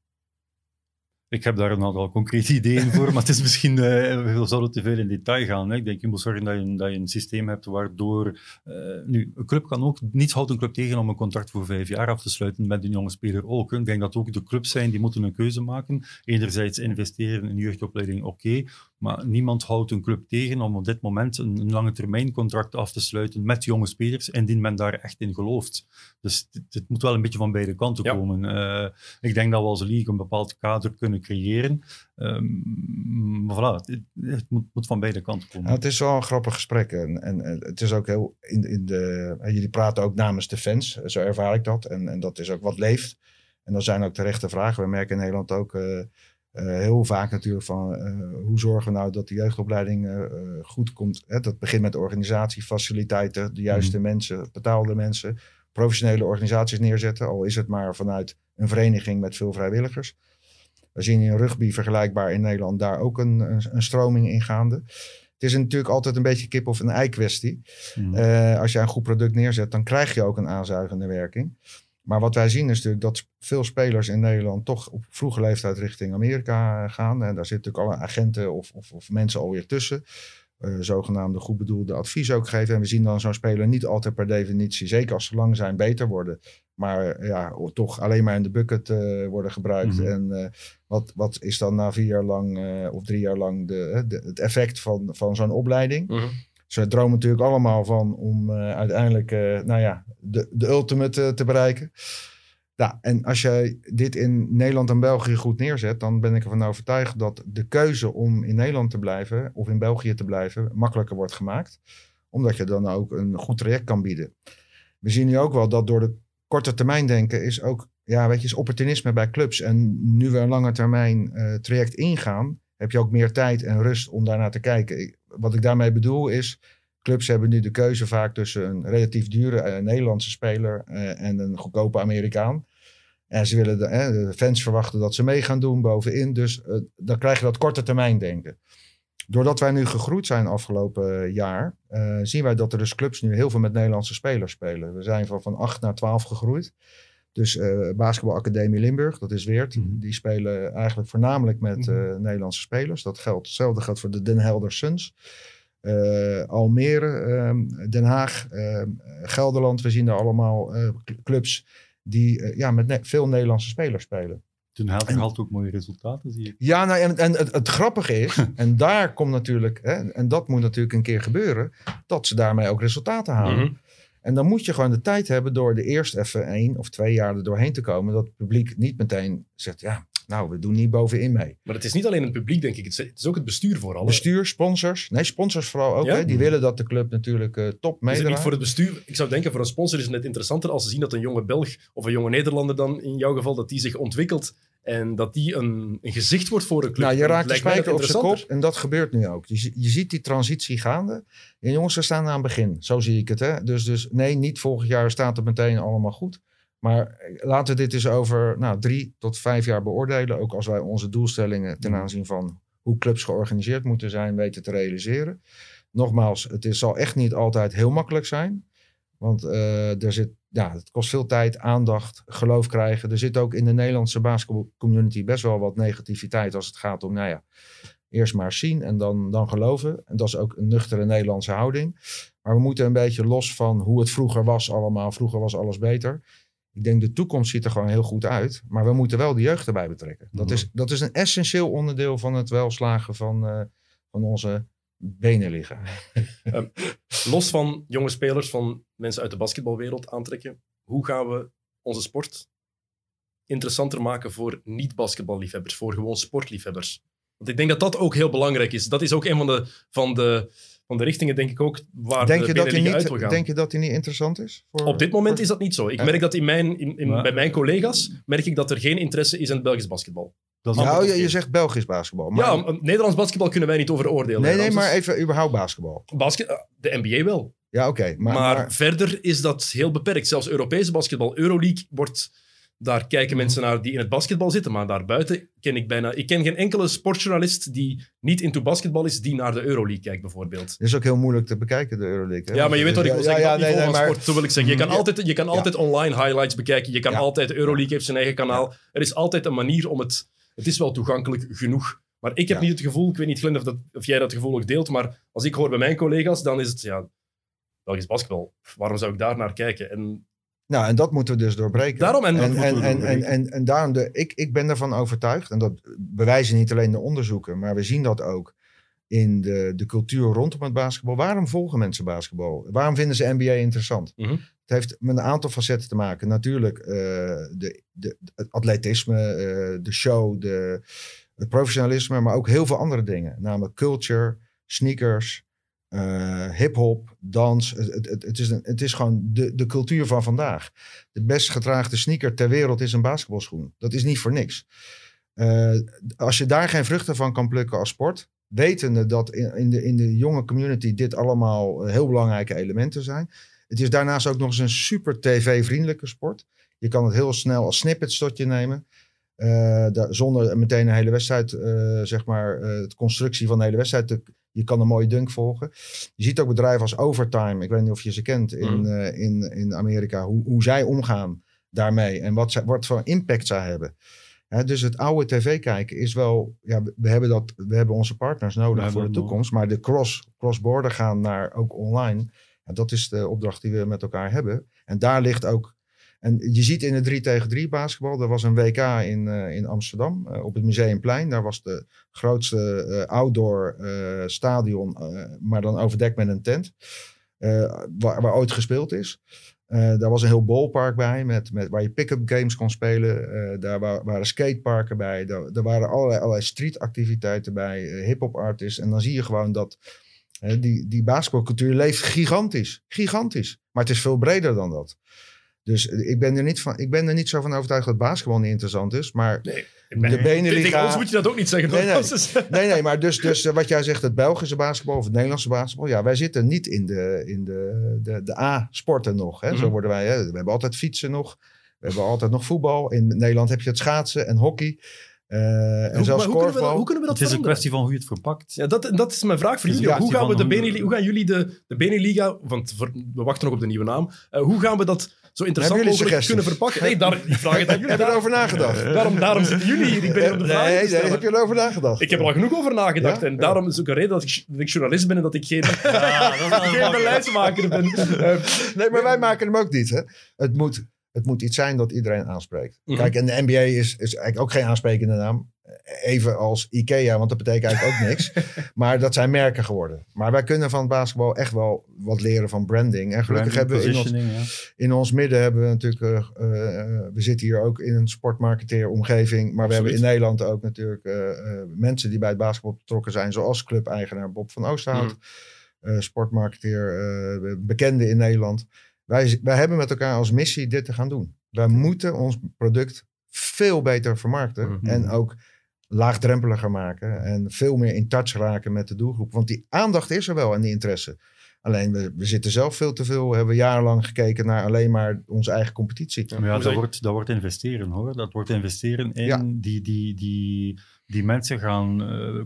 Speaker 5: Ik heb daar een aantal concrete ideeën voor, maar het is misschien, uh, we zouden te veel in detail gaan. Hè. Ik denk, je moet zorgen dat je, dat je een systeem hebt waardoor... Uh, nu, een club kan ook... Niets houdt een club tegen om een contract voor vijf jaar af te sluiten met een jonge speler ook. Hè. Ik denk dat ook de clubs zijn, die moeten een keuze maken. Enerzijds investeren in jeugdopleiding, oké. Okay, maar niemand houdt een club tegen om op dit moment een, een lange termijn contract af te sluiten met jonge spelers, indien men daar echt in gelooft. Dus het, het moet wel een beetje van beide kanten ja. komen. Uh, ik denk dat we als league een bepaald kader kunnen creëren. Um, maar voilà, het, het moet, moet van beide kanten komen.
Speaker 6: Ja, het is wel een grappig gesprek. En, en, en het is ook heel... In, in de, jullie praten ook namens de fans, zo ervaar ik dat. En, en dat is ook wat leeft. En dat zijn ook terechte vragen. We merken in Nederland ook... Uh, Uh, heel vaak natuurlijk van uh, hoe zorgen we nou dat de jeugdopleiding uh, goed komt. Hè? Dat begint met de organisatie, faciliteiten, de juiste mm. mensen, betaalde mensen, professionele organisaties neerzetten. Al is het maar vanuit een vereniging met veel vrijwilligers. We zien in rugby vergelijkbaar in Nederland daar ook een, een, een stroming in gaande. Het is natuurlijk altijd een beetje kip of een ei kwestie. Mm. Uh, als je een goed product neerzet, dan krijg je ook een aanzuigende werking. Maar wat wij zien is natuurlijk dat veel spelers in Nederland toch op vroege leeftijd richting Amerika gaan. En daar zitten natuurlijk alle agenten of, of, of mensen alweer tussen. Uh, zogenaamde goed bedoelde advies ook geven. En we zien dan zo'n speler niet altijd per definitie, zeker als ze lang zijn, beter worden. Maar ja, toch alleen maar in de bucket uh, worden gebruikt. Mm-hmm. En uh, wat, wat is dan na vier jaar lang uh, of drie jaar lang de, de, het effect van, van zo'n opleiding? Mm-hmm. Ze dromen natuurlijk allemaal van om uh, uiteindelijk uh, nou ja, de, de ultimate uh, te bereiken. Ja, en als je dit in Nederland en België goed neerzet, dan ben ik ervan overtuigd dat de keuze om in Nederland te blijven of in België te blijven makkelijker wordt gemaakt. Omdat je dan ook een goed traject kan bieden. We zien nu ook wel dat door de korte termijn denken is ook, ja, weet je, is opportunisme bij clubs. En nu we een lange termijn uh, traject ingaan, heb je ook meer tijd en rust om daarnaar te kijken. Ik, wat ik daarmee bedoel is, clubs hebben nu de keuze vaak tussen een relatief dure uh, Nederlandse speler uh, en een goedkope Amerikaan. En ze willen de, uh, de fans verwachten dat ze mee gaan doen bovenin. Dus uh, dan krijg je dat korte termijn denken. Doordat wij nu gegroeid zijn afgelopen jaar, uh, zien wij dat er dus clubs nu heel veel met Nederlandse spelers spelen. We zijn van, van acht naar twaalf gegroeid. Dus uh, Basketbalacademie Limburg, dat is Weert. Mm-hmm. Die spelen eigenlijk voornamelijk met uh, mm-hmm. Nederlandse spelers. Dat geldt, hetzelfde geldt voor de Den Helder Suns. Uh, Almere, uh, Den Haag, uh, Gelderland. We zien daar allemaal uh, clubs die uh, ja, met ne- veel Nederlandse spelers spelen.
Speaker 5: Den Helder haalt ook mooie resultaten, zie ik.
Speaker 6: Ja, nou, en, en het, het grappige is, en daar komt natuurlijk, hè, en dat moet natuurlijk een keer gebeuren, dat ze daarmee ook resultaten halen. Mm-hmm. En dan moet je gewoon de tijd hebben door de eerst even één of twee jaar er doorheen te komen. Dat het publiek niet meteen zegt, ja, nou, we doen niet bovenin mee.
Speaker 4: Maar het is niet alleen het publiek, denk ik. Het is, het is ook het bestuur vooral.
Speaker 6: Bestuur, sponsors. Nee, sponsors vooral ook.
Speaker 4: Ja?
Speaker 6: Hè? Die willen dat de club natuurlijk uh, top
Speaker 4: Is het
Speaker 6: meedraait.
Speaker 4: niet voor het bestuur? Ik zou denken, voor een sponsor is het net interessanter als ze zien dat een jonge Belg of een jonge Nederlander dan, in jouw geval, dat die zich ontwikkelt en dat die een, een gezicht wordt voor een club.
Speaker 6: Nou, je raakt de
Speaker 4: Lijkt mij
Speaker 6: spijker
Speaker 4: dat
Speaker 6: op zijn kop
Speaker 4: interessanter.
Speaker 6: en dat gebeurt nu ook. Je, je ziet die transitie gaande. En jongens, we staan aan het begin. Zo zie ik het. Hè? Dus, dus nee, niet volgend jaar staat het meteen allemaal goed. Maar laten we dit eens over nou, drie tot vijf jaar beoordelen. Ook als wij onze doelstellingen ten aanzien van hoe clubs georganiseerd moeten zijn weten te realiseren. Nogmaals, het is, zal echt niet altijd heel makkelijk zijn. Want uh, er zit, ja, het kost veel tijd, aandacht, geloof krijgen. Er zit ook in de Nederlandse basketbalcommunity best wel wat negativiteit als het gaat om, nou ja, eerst maar zien en dan, dan geloven. En dat is ook een nuchtere Nederlandse houding. Maar we moeten een beetje los van hoe het vroeger was allemaal. Vroeger was alles beter. Ik denk de toekomst ziet er gewoon heel goed uit. Maar we moeten wel de jeugd erbij betrekken. Dat,
Speaker 4: Mm-hmm.
Speaker 6: is, dat is een essentieel onderdeel van het welslagen van, uh, van onze benenliga.
Speaker 4: Um, los van jonge spelers, van mensen uit de basketbalwereld aantrekken, hoe gaan we onze sport interessanter maken voor niet-basketballiefhebbers, voor gewoon sportliefhebbers? Want ik denk dat dat ook heel belangrijk is. Dat is ook een van de, van de, van de richtingen, denk ik ook, waar
Speaker 6: Denk
Speaker 4: de
Speaker 6: je, dat hij
Speaker 4: Beneliga uit wil
Speaker 6: niet,
Speaker 4: gaan.
Speaker 6: denk je dat hij niet interessant is? Voor,
Speaker 4: Op dit moment
Speaker 6: voor...
Speaker 4: is dat niet zo. Ik
Speaker 6: Ja.
Speaker 4: merk dat in mijn, in, in,
Speaker 5: Maar-
Speaker 4: bij mijn collega's merk ik dat er geen interesse is in het Belgisch basketbal.
Speaker 5: Dat is
Speaker 6: Nou,
Speaker 4: of
Speaker 6: je, je
Speaker 4: geen?
Speaker 6: zegt Belgisch basketbal. Maar...
Speaker 4: Ja, om- om Nederlands basketbal kunnen wij niet over oordelen.
Speaker 6: nee, nee,
Speaker 4: Ramses.
Speaker 6: maar even überhaupt basketbal.
Speaker 4: Basket, de N B A wel.
Speaker 6: Ja, oké. Okay,
Speaker 4: Maar,
Speaker 6: maar, maar
Speaker 4: verder is dat heel beperkt. Zelfs Europese basketbal, Euroleague, wordt... Daar kijken mensen naar die in het basketbal zitten. Maar daarbuiten ken ik bijna... Ik ken geen enkele sportjournalist die niet into basketbal is, die naar de Euroleague kijkt, bijvoorbeeld.
Speaker 6: het is ook heel moeilijk te bekijken, de Euroleague. Hè?
Speaker 4: Ja, maar je weet wat ik wil
Speaker 6: Ja,
Speaker 4: zeggen.
Speaker 6: ja,
Speaker 4: dat
Speaker 6: nee,
Speaker 4: niveau
Speaker 6: nee,
Speaker 4: van
Speaker 6: maar-
Speaker 4: sport, zo wil ik zeggen. Je kan
Speaker 6: Ja.
Speaker 4: altijd, je kan altijd online highlights bekijken. Je kan
Speaker 6: Ja.
Speaker 4: altijd... De Euroleague heeft zijn eigen kanaal. Er is altijd een manier om het... Het is wel toegankelijk genoeg. Maar ik heb
Speaker 6: Ja.
Speaker 4: niet het gevoel... Ik weet niet, Glenn, of, dat, of jij dat gevoel ook deelt, maar als ik hoor bij mijn collega's, dan is het... Ja, Belgisch basketbal. Waarom zou ik daar naar kijken? En
Speaker 6: Nou, en dat moeten we dus doorbreken.
Speaker 4: Daarom en dat
Speaker 6: en,
Speaker 4: moeten we
Speaker 6: en, en,
Speaker 4: doorbreken.
Speaker 6: en, en, en daarom, de, ik, ik ben ervan overtuigd, en dat bewijzen niet alleen de onderzoeken, maar we zien dat ook in de, de cultuur rondom het basketbal. Waarom volgen mensen basketbal? Waarom vinden ze N B A interessant?
Speaker 4: Mhm.
Speaker 6: Het heeft met een aantal facetten te maken. Natuurlijk uh, de, de, het atletisme, uh, de show, de, het professionalisme, maar ook heel veel andere dingen. Namelijk culture, sneakers, Uh, hip-hop, dans. Het, het, het, is een, het is gewoon de, de cultuur van vandaag. De best gedraagde sneaker ter wereld is een basketbalschoen. Dat is niet voor niks. Uh, als je daar geen vruchten van kan plukken als sport, wetende dat in, in, de, in de jonge community dit allemaal heel belangrijke elementen zijn. Het is daarnaast ook nog eens een super tv-vriendelijke sport. Je kan het heel snel als snippets tot je nemen. Uh, daar, zonder meteen een hele wedstrijd, uh, zeg maar, uh, de constructie van de hele wedstrijd. Te, je kan een mooie dunk volgen. Je ziet ook bedrijven als Overtime. Ik weet niet of je ze kent in,
Speaker 4: Mm.
Speaker 6: uh, in, in Amerika. Hoe, hoe zij omgaan daarmee. En wat, zij, wat voor impact zij hebben. Hè, dus het oude tv kijken is wel... Ja, we, we, hebben dat, we hebben onze partners nodig
Speaker 5: We
Speaker 6: voor de
Speaker 5: hebben
Speaker 6: toekomst. Maar de cross, cross-border gaan naar ook online. Ja, dat is de opdracht die we met elkaar hebben. En daar ligt ook... En je ziet in de drie tegen drie basketbal, er was een W K in, uh, in Amsterdam uh, op het Museumplein. Daar was de grootste uh, outdoor uh, stadion, uh, maar dan overdekt met een tent, uh, waar, waar ooit gespeeld is. Uh, daar was een heel ballpark bij, met, met, waar je pick-up games kon spelen. Uh, daar wa- waren skateparken bij, daar, er waren allerlei, allerlei streetactiviteiten bij, uh, hip-hop artists. En dan zie je gewoon dat uh, die, die basketbalcultuur leeft gigantisch, gigantisch. Maar het is veel breder dan dat. Dus ik ben, er niet van, ik ben er niet zo van overtuigd dat basketbal niet interessant is. Maar
Speaker 4: nee,
Speaker 6: de Beneliga...
Speaker 4: Tegen ons moet je dat ook niet zeggen.
Speaker 6: Nee, nee.
Speaker 4: nee.
Speaker 6: nee, nee, maar dus, dus wat jij zegt, het Belgische basketbal of het Nederlandse basketbal. Ja, wij zitten niet in de, in de, de, de A-sporten nog. Hè. Mm-hmm. Zo worden wij, hè. We hebben altijd fietsen nog. We hebben altijd nog voetbal. In Nederland heb je het schaatsen en hockey. Uh, en
Speaker 4: hoe,
Speaker 6: zelfs
Speaker 4: hoe, kunnen we dat,
Speaker 6: korfbal.
Speaker 4: hoe kunnen we dat
Speaker 5: Het is een
Speaker 4: veranderen?
Speaker 5: kwestie van hoe je het verpakt.
Speaker 4: Ja, dat, dat is mijn vraag voor
Speaker 5: Het is
Speaker 4: jullie.
Speaker 5: een
Speaker 4: Hoe gaan, we de
Speaker 5: kwestie van
Speaker 4: Beneliga,
Speaker 5: hoe-
Speaker 4: hoe gaan jullie de, de Beneliga, want voor- we wachten nog op de nieuwe naam, uh, hoe gaan we dat zo interessant
Speaker 6: Hebben jullie
Speaker 4: mogelijk
Speaker 6: suggesties?
Speaker 4: kunnen verpakken? Nee, daar, ik vraag het aan jullie.
Speaker 6: Heb je
Speaker 4: Daar-
Speaker 6: erover nagedacht?
Speaker 4: Daarom, daarom zitten jullie hier. Ik ben hier om de vragen
Speaker 6: nee,
Speaker 4: te
Speaker 6: nee,
Speaker 4: stellen.
Speaker 6: heb je erover nagedacht?
Speaker 4: Ik heb er al genoeg over nagedacht.
Speaker 6: Ja?
Speaker 4: En
Speaker 6: Ja.
Speaker 4: daarom is ook een reden dat ik, dat ik journalist ben en dat ik geen,
Speaker 5: Ja, dat is wel
Speaker 4: geen beleidsmaker ben. Uh,
Speaker 6: Nee, maar wij maken hem ook niet. Hè? Het moet Het moet iets zijn dat iedereen aanspreekt.
Speaker 4: Mhm.
Speaker 6: Kijk, en de N B A is, is eigenlijk ook geen aansprekende naam. Even als IKEA, want dat betekent eigenlijk ook niks. Maar dat zijn merken geworden. Maar wij kunnen van het basketbal echt wel wat leren van branding. En gelukkig hebben we in ons,
Speaker 5: ja.
Speaker 6: in ons midden hebben we natuurlijk... Uh, uh, we zitten hier ook in een sportmarketeeromgeving. Maar we
Speaker 4: Absoluut.
Speaker 6: hebben in Nederland ook natuurlijk uh, uh, mensen die bij het basketbal betrokken zijn. Zoals clubeigenaar Bob van Oosterhout.
Speaker 4: Mhm.
Speaker 6: Uh, sportmarketeer, uh, bekende in Nederland. Wij, wij hebben met elkaar als missie dit te gaan doen. Wij moeten ons product veel beter vermarkten.
Speaker 4: Mhm.
Speaker 6: En ook laagdrempeliger maken. En veel meer in touch raken met de doelgroep. Want die aandacht is er wel en die interesse. Alleen we, we zitten zelf veel te veel. We hebben jarenlang gekeken naar alleen maar onze eigen competitie.
Speaker 5: Maar ja,
Speaker 4: Hoe
Speaker 5: dat
Speaker 4: zeg je-
Speaker 5: wordt, dat wordt investeren hoor. Dat wordt investeren in
Speaker 6: Ja.
Speaker 5: die, die, die, die mensen gaan uh,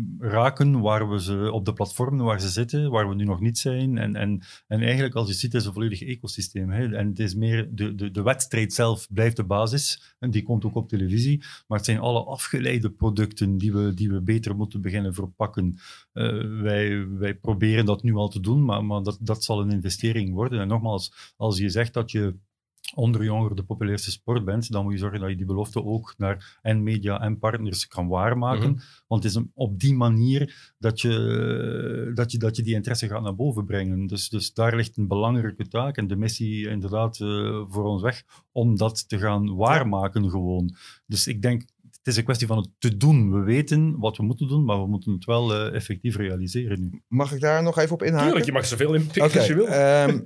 Speaker 5: raken waar we ze op de platformen waar ze zitten, waar we nu nog niet zijn. En, en, en eigenlijk, als je ziet, is het een volledig ecosysteem. Hè? En het is meer de, de, de wedstrijd zelf blijft de basis. En die komt ook op televisie. Maar het zijn alle afgeleide producten die we, die we beter moeten beginnen verpakken. Uh, wij, wij proberen dat nu al te doen, maar, maar dat, dat zal een investering worden. En nogmaals, als je zegt dat je onder jongeren de populairste sport bent, dan moet je zorgen dat je die belofte ook naar en media en partners kan waarmaken.
Speaker 4: Mhm.
Speaker 5: Want het is een- op die manier dat je, dat, je, dat je die interesse gaat naar boven brengen. Dus, dus daar ligt een belangrijke taak en de missie inderdaad uh, voor ons weg om dat te gaan waarmaken gewoon. Dus ik denk, het is een kwestie van het te doen. We weten wat we moeten doen, maar we moeten het wel uh, effectief realiseren nu.
Speaker 6: Mag ik daar nog even op inhaken?
Speaker 4: Tuurlijk, je mag zoveel inpikken
Speaker 6: Oké,
Speaker 4: als je wil.
Speaker 6: ehm,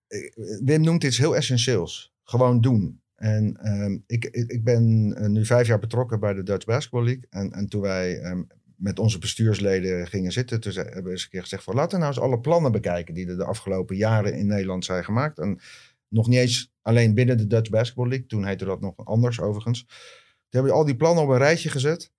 Speaker 6: Wim noemt iets heel essentieels. Gewoon doen. En ehm, ik, ik, ik ben uh, nu vijf jaar betrokken bij de Dutch Basketball League. En, en toen wij um, met onze bestuursleden gingen zitten, toen ze, hebben we eens een keer gezegd van laten we nou eens alle plannen bekijken die er de afgelopen jaren in Nederland zijn gemaakt. En nog niet eens alleen binnen de Dutch Basketball League. Toen heette dat nog anders overigens. Toen hebben we al die plannen op een rijtje gezet.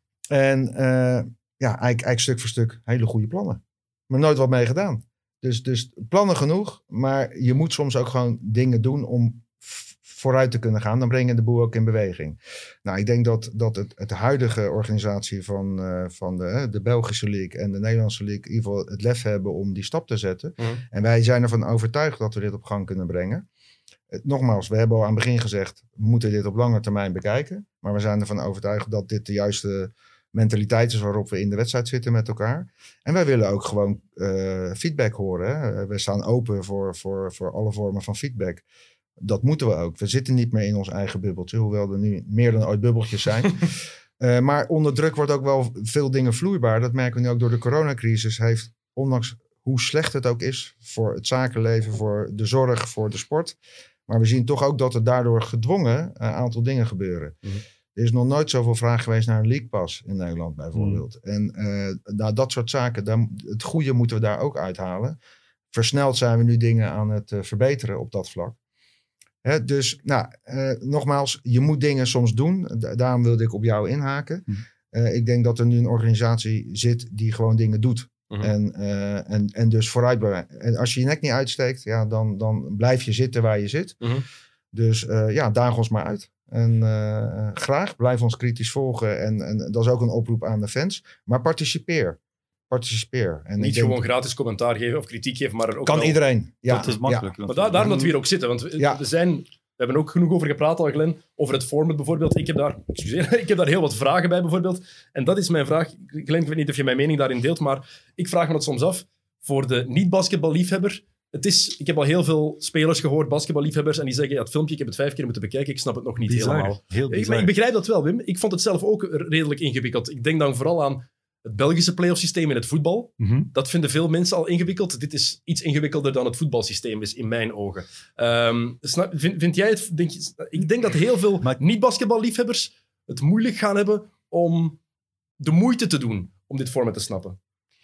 Speaker 6: En uh, ja, eigenlijk, eigenlijk stuk voor stuk hele goede plannen. Maar nooit wat mee gedaan. Dus, dus plannen genoeg, maar je moet soms ook gewoon dingen doen om f- vooruit te kunnen gaan. Dan breng je de boel ook in beweging. Nou, ik denk dat, dat het, het huidige organisatie van, uh, van de, uh, de Belgische League en de Nederlandse League in ieder geval het lef hebben om die stap te zetten.
Speaker 4: Mhm.
Speaker 6: En wij zijn ervan overtuigd dat we dit op gang kunnen brengen. Uh, nogmaals, we hebben al aan het begin gezegd, we moeten dit op lange termijn bekijken. Maar we zijn ervan overtuigd dat dit de juiste mentaliteit is waarop we in de wedstrijd zitten met elkaar. En wij willen ook gewoon uh, feedback horen. Hè? We staan open voor, voor, voor alle vormen van feedback. Dat moeten we ook. We zitten niet meer in ons eigen bubbeltje, hoewel er nu meer dan ooit bubbeltjes zijn. uh, maar onder druk wordt ook wel veel dingen vloeibaar. Dat merken we nu ook door de coronacrisis. Heeft, ondanks hoe slecht het ook is voor het zakenleven, voor de zorg, voor de sport. Maar we zien toch ook dat er daardoor gedwongen een aantal dingen gebeuren. Mm-hmm. Er is nog nooit zoveel vraag geweest naar een League Pass in Nederland bijvoorbeeld. Mm. En uh, nou, dat soort zaken, daar, het goede moeten we daar ook uithalen. Versneld zijn we nu dingen aan het uh, verbeteren op dat vlak. Hè, dus nou, uh, nogmaals, je moet dingen soms doen. Da- daarom wilde ik op jou inhaken. Mm. Uh, ik denk dat er nu een organisatie zit die gewoon dingen doet. Mm-hmm. En, uh, en, en dus vooruit. En als je je nek niet uitsteekt, ja, dan, dan blijf je zitten waar je zit. Mm-hmm. Dus uh, ja, daag ons maar uit. En uh, graag, blijf ons kritisch volgen. En, en dat is ook een oproep aan de fans. Maar participeer. Participeer. En
Speaker 4: niet
Speaker 6: denk,
Speaker 4: gewoon gratis commentaar geven of kritiek geven, maar er ook
Speaker 6: kan
Speaker 4: wel...
Speaker 6: iedereen. Ja,
Speaker 5: dat is makkelijk.
Speaker 4: Ja. Maar daar, daarom dat we hier ook zitten. Want we,
Speaker 6: ja.
Speaker 4: we, zijn, we hebben ook genoeg over gepraat al, Glenn. Over het format bijvoorbeeld. Ik heb, daar, excuseer, ik heb daar heel wat vragen bij bijvoorbeeld. En dat is mijn vraag. Glenn, ik weet niet of je mijn mening daarin deelt, maar ik vraag me dat soms af. Voor de niet-basketballiefhebber... Het is, ik heb al heel veel spelers gehoord, basketballiefhebbers, en die zeggen, ja, het filmpje, ik heb het vijf keer moeten bekijken, ik snap het nog niet
Speaker 5: bizar,
Speaker 4: helemaal.
Speaker 5: Heel
Speaker 4: ik, maar ik begrijp dat wel, Wim. Ik vond het zelf ook redelijk ingewikkeld. Ik denk dan vooral aan het Belgische playoff-systeem in het voetbal.
Speaker 5: Mm-hmm.
Speaker 4: Dat vinden veel mensen al ingewikkeld. Dit is iets ingewikkelder dan het voetbalsysteem is, in mijn ogen. Um, snap, vind, vind jij het... Denk je, ik denk dat heel veel maar... niet-basketballiefhebbers het moeilijk gaan hebben om de moeite te doen om dit format te snappen.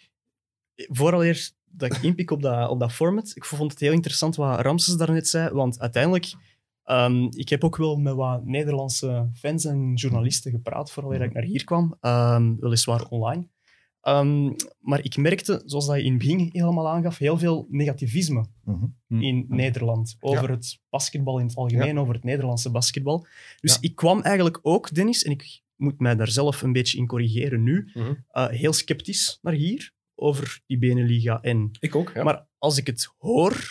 Speaker 7: Vooral eerst dat ik inpik op dat, op dat format. Ik vond het heel interessant wat Ramses daarnet zei, want uiteindelijk, um, ik heb ook wel met wat Nederlandse fans en journalisten gepraat, vooral eer ik naar hier kwam, um, weliswaar online. Um, maar ik merkte, zoals dat je in het begin helemaal aangaf, heel veel negativisme
Speaker 6: mm-hmm.
Speaker 7: in Nederland. Over ja. het basketbal in het algemeen, ja. over het Nederlandse basketbal. Dus ja. ik kwam eigenlijk ook, Dennis, en ik moet mij daar zelf een beetje in corrigeren nu, mm-hmm. uh, heel sceptisch naar hier. Over die Beneliga en...
Speaker 4: Ik ook, ja.
Speaker 7: Maar als ik het hoor,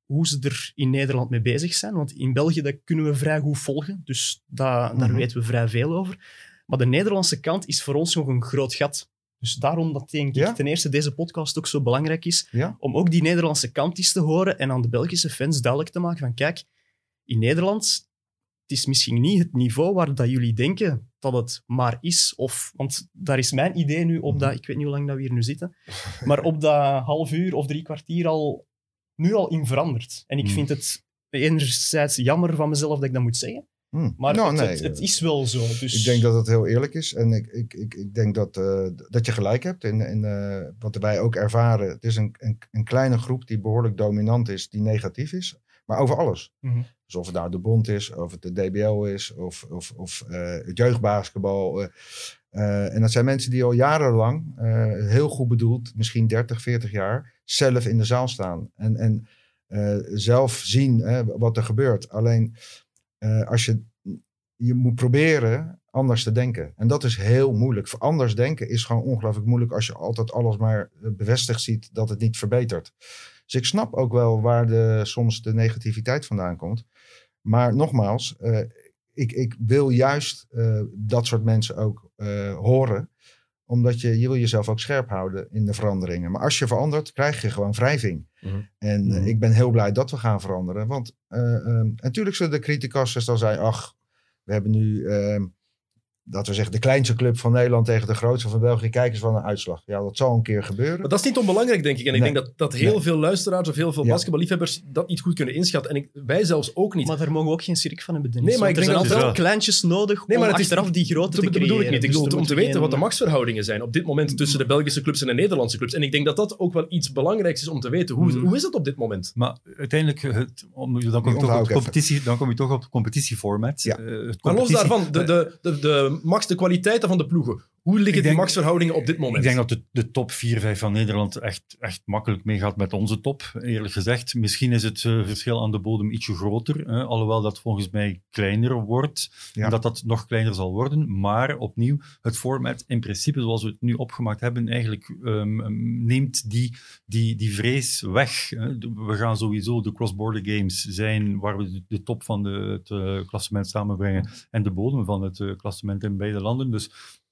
Speaker 7: hoe ze er in Nederland mee bezig zijn. Want in België dat kunnen we vrij goed volgen, dus dat, daar
Speaker 6: Mhm.
Speaker 7: weten we vrij veel over. Maar de Nederlandse kant is voor ons nog een groot gat. Dus daarom dat denk ik
Speaker 6: Ja?
Speaker 7: ten eerste deze podcast ook zo belangrijk is,
Speaker 6: Ja?
Speaker 7: om ook die Nederlandse kant eens te horen en aan de Belgische fans duidelijk te maken van kijk, in Nederland, het is misschien niet het niveau waar dat jullie denken dat het maar is. Of, want daar is mijn idee nu op dat, ik weet niet hoe lang dat we hier nu zitten, maar op dat half uur of drie kwartier al, nu al in veranderd. En ik
Speaker 5: Hmm.
Speaker 7: vind het enerzijds jammer van mezelf dat ik dat moet zeggen,
Speaker 6: Hm.
Speaker 7: maar
Speaker 6: Nou,
Speaker 7: het,
Speaker 6: nee,
Speaker 7: het, het is wel zo. Dus...
Speaker 6: Ik denk dat het heel eerlijk is. En ik, ik, ik, ik denk dat, uh, dat je gelijk hebt in, in uh, wat wij ook ervaren. Het is een, een, een kleine groep die behoorlijk dominant is, die negatief is. Maar over alles.
Speaker 7: Mhm.
Speaker 6: Dus of het nou de bond is, of het de D B L is, of, of, of uh, het jeugdbasketbal. Uh, uh, en dat zijn mensen die al jarenlang, uh, heel goed bedoeld, misschien dertig, veertig jaar, zelf in de zaal staan. En, en uh, zelf zien uh, wat er gebeurt. Alleen uh, als je, je moet proberen anders te denken. En dat is heel moeilijk. Voor anders denken is gewoon ongelooflijk moeilijk als je altijd alles maar bevestigd ziet dat het niet verbetert. Dus ik snap ook wel waar de, soms de negativiteit vandaan komt. Maar nogmaals, uh, ik, ik wil juist uh, dat soort mensen ook uh, horen. Omdat je, je wil jezelf ook scherp houden in de veranderingen. Maar als je verandert, krijg je gewoon wrijving.
Speaker 4: Mm-hmm.
Speaker 6: En uh,
Speaker 5: Mm-hmm.
Speaker 6: ik ben heel blij dat we gaan veranderen. Want uh, uh, natuurlijk zullen de criticasters dan zeggen, ach, we hebben nu... Uh, dat we zeggen, de kleinste club van Nederland tegen de grootste van België. Kijk eens wat een uitslag. Ja, dat zal een keer gebeuren.
Speaker 4: Maar dat is niet onbelangrijk, denk ik. En ik
Speaker 6: Nee.
Speaker 4: denk dat, dat heel
Speaker 6: Nee.
Speaker 4: veel luisteraars of heel veel
Speaker 6: Ja.
Speaker 4: basketballiefhebbers dat niet goed kunnen inschatten. En ik, wij zelfs ook niet.
Speaker 7: Maar daar mogen we ook geen schrik van hebben, Dennis.
Speaker 4: Nee, maar
Speaker 7: Want
Speaker 4: ik
Speaker 7: er
Speaker 4: denk
Speaker 7: zijn
Speaker 4: dat
Speaker 7: altijd
Speaker 5: het
Speaker 7: wel
Speaker 5: is
Speaker 7: kleintjes nodig
Speaker 4: Nee, maar
Speaker 7: om
Speaker 4: het is-
Speaker 7: achteraf die grote
Speaker 4: Dat
Speaker 7: te creëren.
Speaker 4: bedoel ik niet. Ik
Speaker 7: Dus
Speaker 4: bedoel
Speaker 7: er
Speaker 4: om
Speaker 7: moet
Speaker 4: te weten
Speaker 7: geen-
Speaker 4: wat de machtsverhoudingen zijn op dit moment tussen de Belgische clubs en de Nederlandse clubs. En ik denk dat dat ook wel iets belangrijks is om te weten. Hoe,
Speaker 7: Mm.
Speaker 4: hoe is het op dit moment?
Speaker 5: Maar uiteindelijk, het, om, dan, kom je toch
Speaker 6: onthoud
Speaker 5: op
Speaker 6: ik
Speaker 5: de competitie, dan kom je toch op het competitieformat.
Speaker 6: Ja.
Speaker 5: Uh, het
Speaker 4: Maar los
Speaker 5: competitie-
Speaker 4: daarvan, de, de, de, de, max, de kwaliteiten van de ploegen. Hoe liggen die
Speaker 5: denk-
Speaker 4: machtsverhoudingen op dit moment?
Speaker 5: Ik denk dat de, de top vier vijf van Nederland echt, echt makkelijk meegaat met onze top, eerlijk gezegd. Misschien is het uh, verschil aan de bodem ietsje groter, hè, alhoewel dat volgens mij kleiner wordt.
Speaker 6: Ja.
Speaker 5: En dat dat nog kleiner zal worden. Maar opnieuw, het format in principe zoals we het nu opgemaakt hebben, eigenlijk um, neemt die, die, die vrees weg. Hè. We gaan sowieso de cross-border games zijn waar we de, de top van de, het uh, klassement samenbrengen en de bodem van het uh, klassement in beide landen. Dus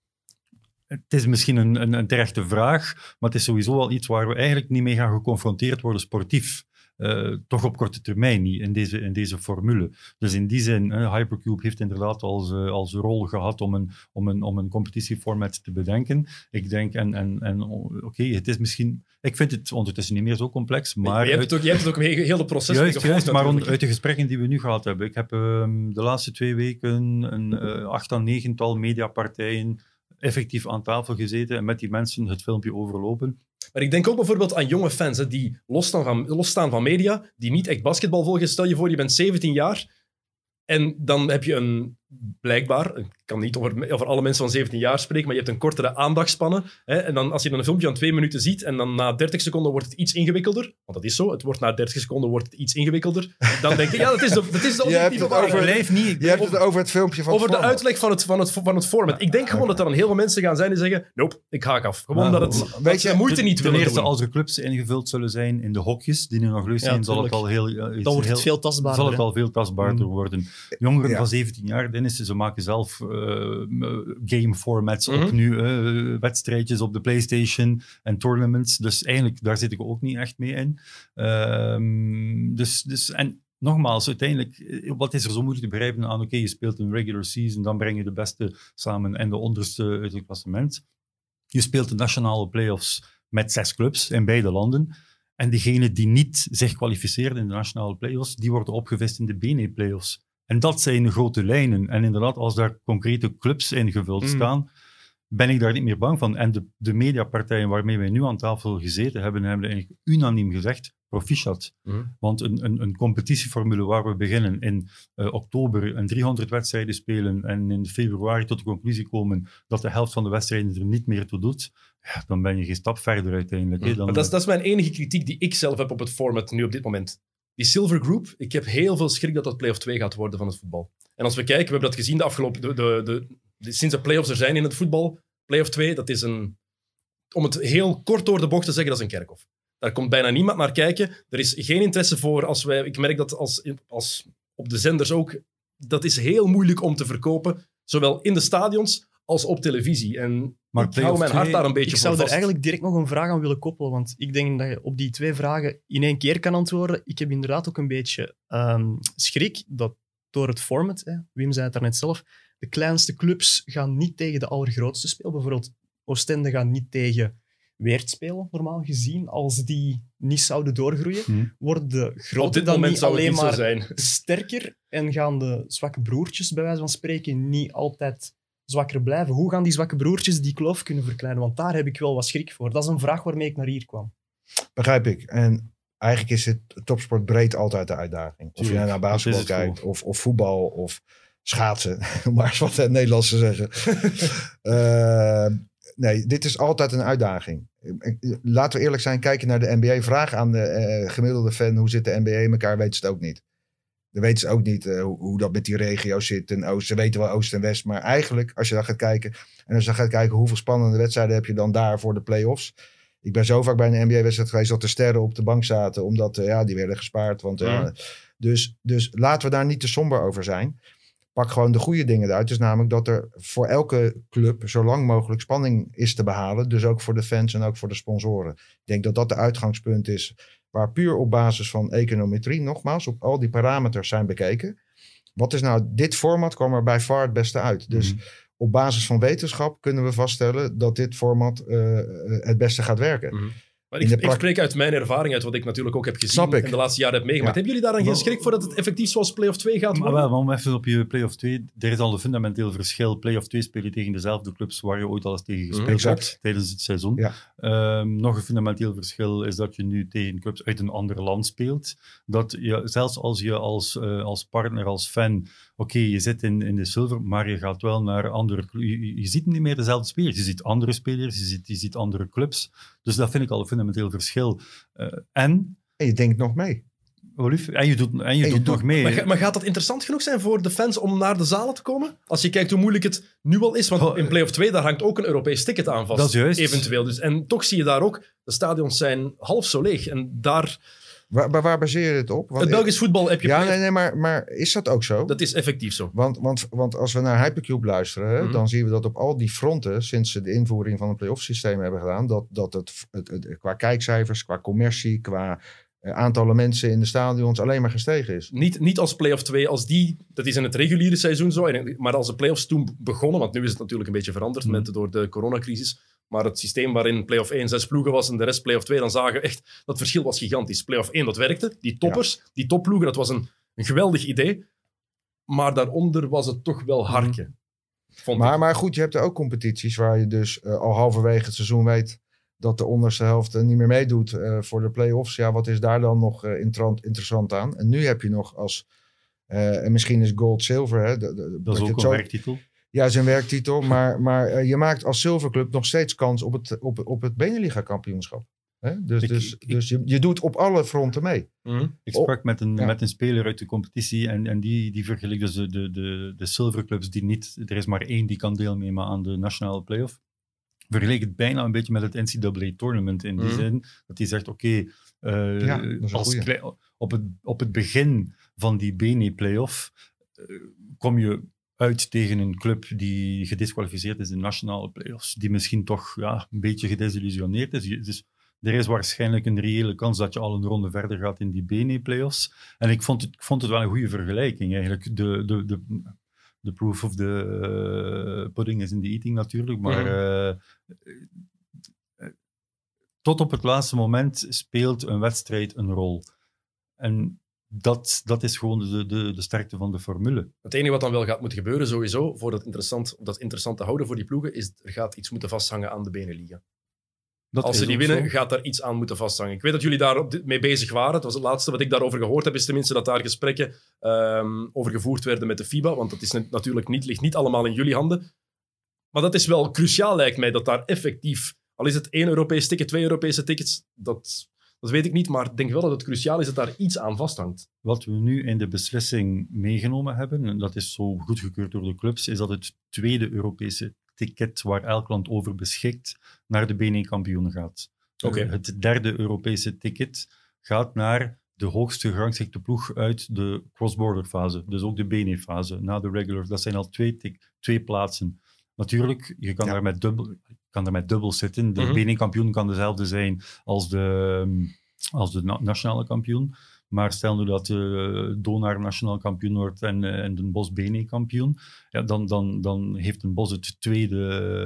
Speaker 5: het is misschien een, een, een terechte vraag, maar het is sowieso wel iets waar we eigenlijk niet mee gaan geconfronteerd worden sportief. Uh, toch op korte termijn niet, in deze, in deze formule. Dus in die zin, uh, Hypercube heeft inderdaad als, uh, als rol gehad om een, om een, om een competitieformat te bedenken. Ik denk, en, en, en oké, okay, het is misschien... Ik vind het ondertussen niet meer zo complex, maar...
Speaker 4: Maar je hebt
Speaker 5: uit,
Speaker 4: het ook, je hebt het ook heel, heel de proces
Speaker 5: juist,
Speaker 4: gevolgd
Speaker 5: juist, maar
Speaker 4: natuurlijk.
Speaker 5: on, uit de gesprekken die we nu gehad hebben. Ik heb um, de laatste twee weken een uh, acht à negental mediapartijen effectief aan tafel gezeten en met die mensen het filmpje overlopen.
Speaker 4: Maar ik denk ook bijvoorbeeld aan jonge fans hè, die losstaan van, losstaan van media, die niet echt basketbal volgen. Stel je voor, je bent zeventien jaar en dan heb je een, blijkbaar, ik kan niet over, over alle mensen van zeventien jaar spreken, maar je hebt een kortere aandachtspannen. Hè, en dan, als je dan een filmpje van twee minuten ziet en dan na dertig seconden wordt het iets ingewikkelder, want dat is zo, het wordt na dertig seconden wordt het iets ingewikkelder, dan denk je, ja, dat is de, dat is de
Speaker 6: Je hebt
Speaker 4: objectieve
Speaker 6: het
Speaker 4: waarheid.
Speaker 6: over-
Speaker 5: Blijf niet...
Speaker 6: Je hebt het over het filmpje van
Speaker 4: Over
Speaker 6: het
Speaker 4: de
Speaker 6: format.
Speaker 4: uitleg van het, van, het, van het format. Ik denk gewoon dat er dan heel veel mensen gaan zijn die zeggen, nope, ik haak af. Gewoon
Speaker 5: Maar,
Speaker 4: dat het
Speaker 6: weet
Speaker 4: dat
Speaker 6: je,
Speaker 4: ze moeite
Speaker 5: Ten-
Speaker 4: niet
Speaker 5: ten
Speaker 4: willen
Speaker 5: eerste,
Speaker 4: doen.
Speaker 5: als er clubs ingevuld zullen zijn in de hokjes, die nu nog leuk zijn,
Speaker 7: Ja,
Speaker 5: zal het
Speaker 7: tuurlijk.
Speaker 5: al heel... uh, is
Speaker 7: Dan wordt het
Speaker 5: heel-
Speaker 7: veel tastbaarder.
Speaker 5: zal het
Speaker 7: hè.
Speaker 5: al veel tastbaarder
Speaker 7: Mm.
Speaker 5: worden. Jongeren
Speaker 6: Ja.
Speaker 5: van zeventien jaar, Dennis, ze maken zelf uh, game formats
Speaker 4: Mhm.
Speaker 5: op nu, uh, wedstrijdjes op de PlayStation en tournaments. Dus eigenlijk, daar zit ik ook niet echt mee in. Um, dus, dus, en nogmaals, uiteindelijk, wat is er zo moeilijk te begrijpen aan, oké, okay, je speelt een regular season, dan breng je de beste samen en de onderste uit het klassement. Je speelt de nationale playoffs met zes clubs in beide landen. En diegenen die niet zich kwalificeren in de nationale playoffs, die worden opgevist in de B N E playoffs. En dat zijn de grote lijnen. En inderdaad, als daar concrete clubs ingevuld
Speaker 7: Mm.
Speaker 5: staan, ben ik daar niet meer bang van. En de, de mediapartijen waarmee wij nu aan tafel gezeten hebben, hebben eigenlijk unaniem gezegd, proficiat.
Speaker 4: Mm.
Speaker 5: Want een, een, een competitieformule waar we beginnen in uh, oktober en driehonderd wedstrijden spelen en in februari tot de conclusie komen dat de helft van de wedstrijden er niet meer toe doet, ja, dan ben je geen stap verder uiteindelijk.
Speaker 4: Mm.
Speaker 5: Hè. Dan,
Speaker 4: Maar dat, is, dat is mijn enige kritiek die ik zelf heb op het format nu op dit moment. Die Silver Group, ik heb heel veel schrik dat dat play-off twee gaat worden van het voetbal. En als we kijken, we hebben dat gezien de afgelopen... De, de, de, de, sinds de play-offs er zijn in het voetbal, play-off twee, dat is een... Om het heel kort door de bocht te zeggen, dat is een kerkhof. Daar komt bijna niemand naar kijken. Er is geen interesse voor als wij... Ik merk dat als, als op de zenders ook... Dat is heel moeilijk om te verkopen, zowel in de stadions als op televisie. En
Speaker 5: Maar
Speaker 4: ik
Speaker 5: play
Speaker 4: hou
Speaker 5: of
Speaker 4: mijn hart
Speaker 5: twee,
Speaker 4: daar een beetje
Speaker 7: Ik
Speaker 4: voor
Speaker 7: zou er
Speaker 4: vast.
Speaker 7: eigenlijk direct nog een vraag aan willen koppelen, want ik denk dat je op die twee vragen in één keer kan antwoorden. Ik heb inderdaad ook een beetje um, schrik dat door het format, hè, Wim zei het daarnet zelf, de kleinste clubs gaan niet tegen de allergrootste spelen. Bijvoorbeeld Oostende gaat niet tegen Weert spelen, normaal gezien. Als die niet zouden doorgroeien,
Speaker 5: Hmm.
Speaker 7: worden de
Speaker 4: Op
Speaker 7: grote
Speaker 4: dit
Speaker 7: dan
Speaker 4: moment
Speaker 7: niet
Speaker 4: zou het
Speaker 7: alleen
Speaker 4: niet zo
Speaker 7: maar
Speaker 4: zijn.
Speaker 7: sterker en gaan de zwakke broertjes, bij wijze van spreken, niet altijd zwakker blijven. Hoe gaan die zwakke broertjes die kloof kunnen verkleinen? Want daar heb ik wel wat schrik voor. Dat is een vraag waarmee ik naar hier kwam.
Speaker 6: Begrijp ik. En eigenlijk is het topsport breed altijd de uitdaging. Of je
Speaker 5: Tuurlijk,
Speaker 6: nou naar
Speaker 5: dat is
Speaker 6: basketbal
Speaker 5: het
Speaker 6: kijkt, of, of voetbal, of schaatsen. Om maar eens wat in het Nederlands te zeggen. uh, nee, dit is altijd een uitdaging. Laten we eerlijk zijn, kijken naar de N B A. Vraag aan de uh, gemiddelde fan, hoe zit de N B A in elkaar? Weten ze het ook niet. Dan weten ze ook niet uh, hoe, hoe dat met die regio's zit. En oost. Ze weten wel oost en west. Maar eigenlijk, als je dan gaat kijken... en als je dan gaat kijken hoeveel spannende wedstrijden heb je dan daar voor de play-offs. Ik ben zo vaak bij een N B A-wedstrijd geweest dat de sterren op de bank zaten. Omdat uh, ja, die werden gespaard. Want, uh,
Speaker 4: Mm.
Speaker 6: dus, dus laten we daar niet te somber over zijn. Pak gewoon de goede dingen eruit. Dus namelijk dat er voor elke club zo lang mogelijk spanning is te behalen. Dus ook voor de fans en ook voor de sponsoren. Ik denk dat dat de uitgangspunt is... waar puur op basis van econometrie, nogmaals, op al die parameters zijn bekeken. Wat is nou, dit format kwam er bij far het beste uit. Dus
Speaker 5: Mm-hmm.
Speaker 6: op basis van wetenschap kunnen we vaststellen dat dit format uh, het beste gaat werken.
Speaker 4: Mm-hmm. Maar
Speaker 6: In
Speaker 4: ik,
Speaker 6: de
Speaker 4: ik
Speaker 6: prak-
Speaker 4: spreek uit mijn ervaring, uit wat ik natuurlijk ook heb gezien
Speaker 6: Snap ik.
Speaker 4: en de laatste jaren heb meegemaakt.
Speaker 6: Ja.
Speaker 4: Hebben jullie daar dan geen
Speaker 5: Wel-
Speaker 4: schrik voor dat het effectief zoals play-off twee gaat
Speaker 5: Maar,
Speaker 4: worden?
Speaker 5: wel, maar om even op je play-off twee, er is al een fundamenteel verschil. Play-off twee speel je tegen dezelfde clubs waar je ooit al eens tegen gespeeld
Speaker 6: Exact.
Speaker 5: hebt tijdens het seizoen.
Speaker 6: Ja.
Speaker 5: Ehm, nog een fundamenteel verschil is dat je nu tegen clubs uit een ander land speelt. Dat je, zelfs als je als, uh, als partner, als fan, oké, okay, je zit in, in de silver, maar je gaat wel naar andere clubs. Je, je ziet niet meer dezelfde spelers. Je ziet andere spelers, je ziet, je ziet andere clubs. Dus dat vind ik al een fundamenteel verschil. Uh, en...
Speaker 6: En je denkt nog mee.
Speaker 5: Olief, en je doet, en je
Speaker 6: je
Speaker 5: doet
Speaker 6: doet-
Speaker 5: nog mee.
Speaker 4: Maar, ga- maar gaat dat interessant genoeg zijn voor de fans om naar de zalen te komen? Als je kijkt hoe moeilijk het nu al is, want
Speaker 5: Goh,
Speaker 4: in play-off twee daar hangt ook een Europees ticket aan vast.
Speaker 5: Dat is juist.
Speaker 4: Eventueel. Dus, en toch zie je daar ook, de stadions zijn half zo leeg. En daar,
Speaker 6: Waar, waar, waar baseer je dit op? Want
Speaker 4: het Belgisch voetbal heb je...
Speaker 6: Ja,
Speaker 4: play-
Speaker 6: nee, nee, maar, maar is dat ook zo?
Speaker 4: Dat is effectief zo.
Speaker 6: Want, want, want als we naar Hypercube luisteren, hè,
Speaker 4: Mhm.
Speaker 6: dan zien we dat op al die fronten, sinds ze de invoering van een play-off systeem hebben gedaan, dat, dat het, het, het qua kijkcijfers, qua commercie, qua uh, aantallen mensen in de stadions alleen maar gestegen is.
Speaker 4: Niet, niet als play-off twee, als die... Dat is in het reguliere seizoen zo. en- Maar als de play-offs toen begonnen, want nu is het natuurlijk een beetje veranderd
Speaker 5: Mhm.
Speaker 4: met, door de coronacrisis, maar het systeem waarin play-off één zes ploegen was en de rest play-off twee, dan zagen we echt... Dat verschil was gigantisch. Play-off één, dat werkte. Die toppers, die topploegen, dat was een, een geweldig idee. Maar daaronder was het toch wel harken. Vond
Speaker 6: Maar,
Speaker 4: ik.
Speaker 6: maar goed, je hebt er ook competities waar je dus uh, al halverwege het seizoen weet dat de onderste helft uh, niet meer meedoet uh, voor de play-offs. Ja, wat is daar dan nog uh, intrant- interessant aan? En nu heb je nog als... Uh, en misschien is gold silver, hè, de, de,
Speaker 5: Dat is
Speaker 6: je
Speaker 5: ook
Speaker 6: het
Speaker 5: een
Speaker 6: zo-
Speaker 5: werktitel.
Speaker 6: Ja, zijn werktitel. Maar, maar uh, je maakt als zilverclub nog steeds kans op het, op, op het Beneliga-kampioenschap. Hè? Dus,
Speaker 5: Ik-
Speaker 6: dus,
Speaker 5: ik-
Speaker 6: dus je, je doet op alle fronten mee.
Speaker 4: Mhm.
Speaker 5: Ik
Speaker 6: Oh,
Speaker 5: sprak met een,
Speaker 6: ja.
Speaker 5: met een speler uit de competitie en, en die, die vergeleek dus de, de, de, de silverclubs die niet... Er is maar één die kan deelnemen aan de nationale playoff. Vergeleek het bijna een beetje met het N C A A-tournament in die
Speaker 4: Mhm.
Speaker 5: zin. Dat hij zegt, oké, okay,
Speaker 6: Ja, dat is een
Speaker 5: als
Speaker 6: goeie.
Speaker 5: klei- op, het, op het begin van die Bene-playoff uh, kom je uit tegen een club die gedisqualificeerd is in nationale playoffs, die misschien toch ja, een beetje gedesillusioneerd is. Je- Dus er is waarschijnlijk een reële kans dat je al een ronde verder gaat in die Bene-playoffs. En ik vond het, ik vond het wel een goede vergelijking eigenlijk. De, de, de, de proof of the uh, pudding is in the eating natuurlijk, maar
Speaker 4: Mhm.
Speaker 5: uh, uh, tot op het laatste moment speelt een wedstrijd een rol. En dat, dat is gewoon de, de, de sterkte van de formule.
Speaker 4: Het enige wat dan wel gaat moeten gebeuren, sowieso, voor dat interessant, om dat interessant te houden voor die ploegen, is er gaat iets moeten vasthangen aan de Beneliga.
Speaker 5: Dat
Speaker 4: Als
Speaker 5: is
Speaker 4: ze die
Speaker 5: ook
Speaker 4: winnen,
Speaker 5: zo.
Speaker 4: gaat daar iets aan moeten vasthangen. Ik weet dat jullie daar op dit- mee bezig waren. Het was het laatste wat ik daarover gehoord heb, is tenminste dat daar gesprekken um, over gevoerd werden met de FIBA, want dat is net- natuurlijk niet, ligt niet allemaal in jullie handen. Maar dat is wel cruciaal, lijkt mij, dat daar effectief, al is het één Europees ticket, twee Europese tickets, dat, dat weet ik niet, maar ik denk wel dat het cruciaal is dat daar iets aan vasthangt.
Speaker 5: Wat we nu in de beslissing meegenomen hebben, en dat is zo goedgekeurd door de clubs, is dat het tweede Europese ticket waar elk land over beschikt, naar de B N E-kampioen gaat.
Speaker 4: Oké.
Speaker 5: Uh, het derde Europese ticket gaat naar de hoogste gerangschikte ploeg uit de cross-border fase. Dus ook de bene-fase, na de regular. Dat zijn al twee, tik, twee plaatsen. Natuurlijk, je kan,
Speaker 6: Ja.
Speaker 5: daar met dubbel, kan daar met dubbel zitten. De
Speaker 4: Mhm.
Speaker 5: bene-kampioen kan dezelfde zijn als de, als de na- nationale kampioen. Maar stel nu dat de Donar nationaal kampioen wordt en, uh, en Den Bosch bene-kampioen, ja, dan, dan, dan heeft Den Bosch het tweede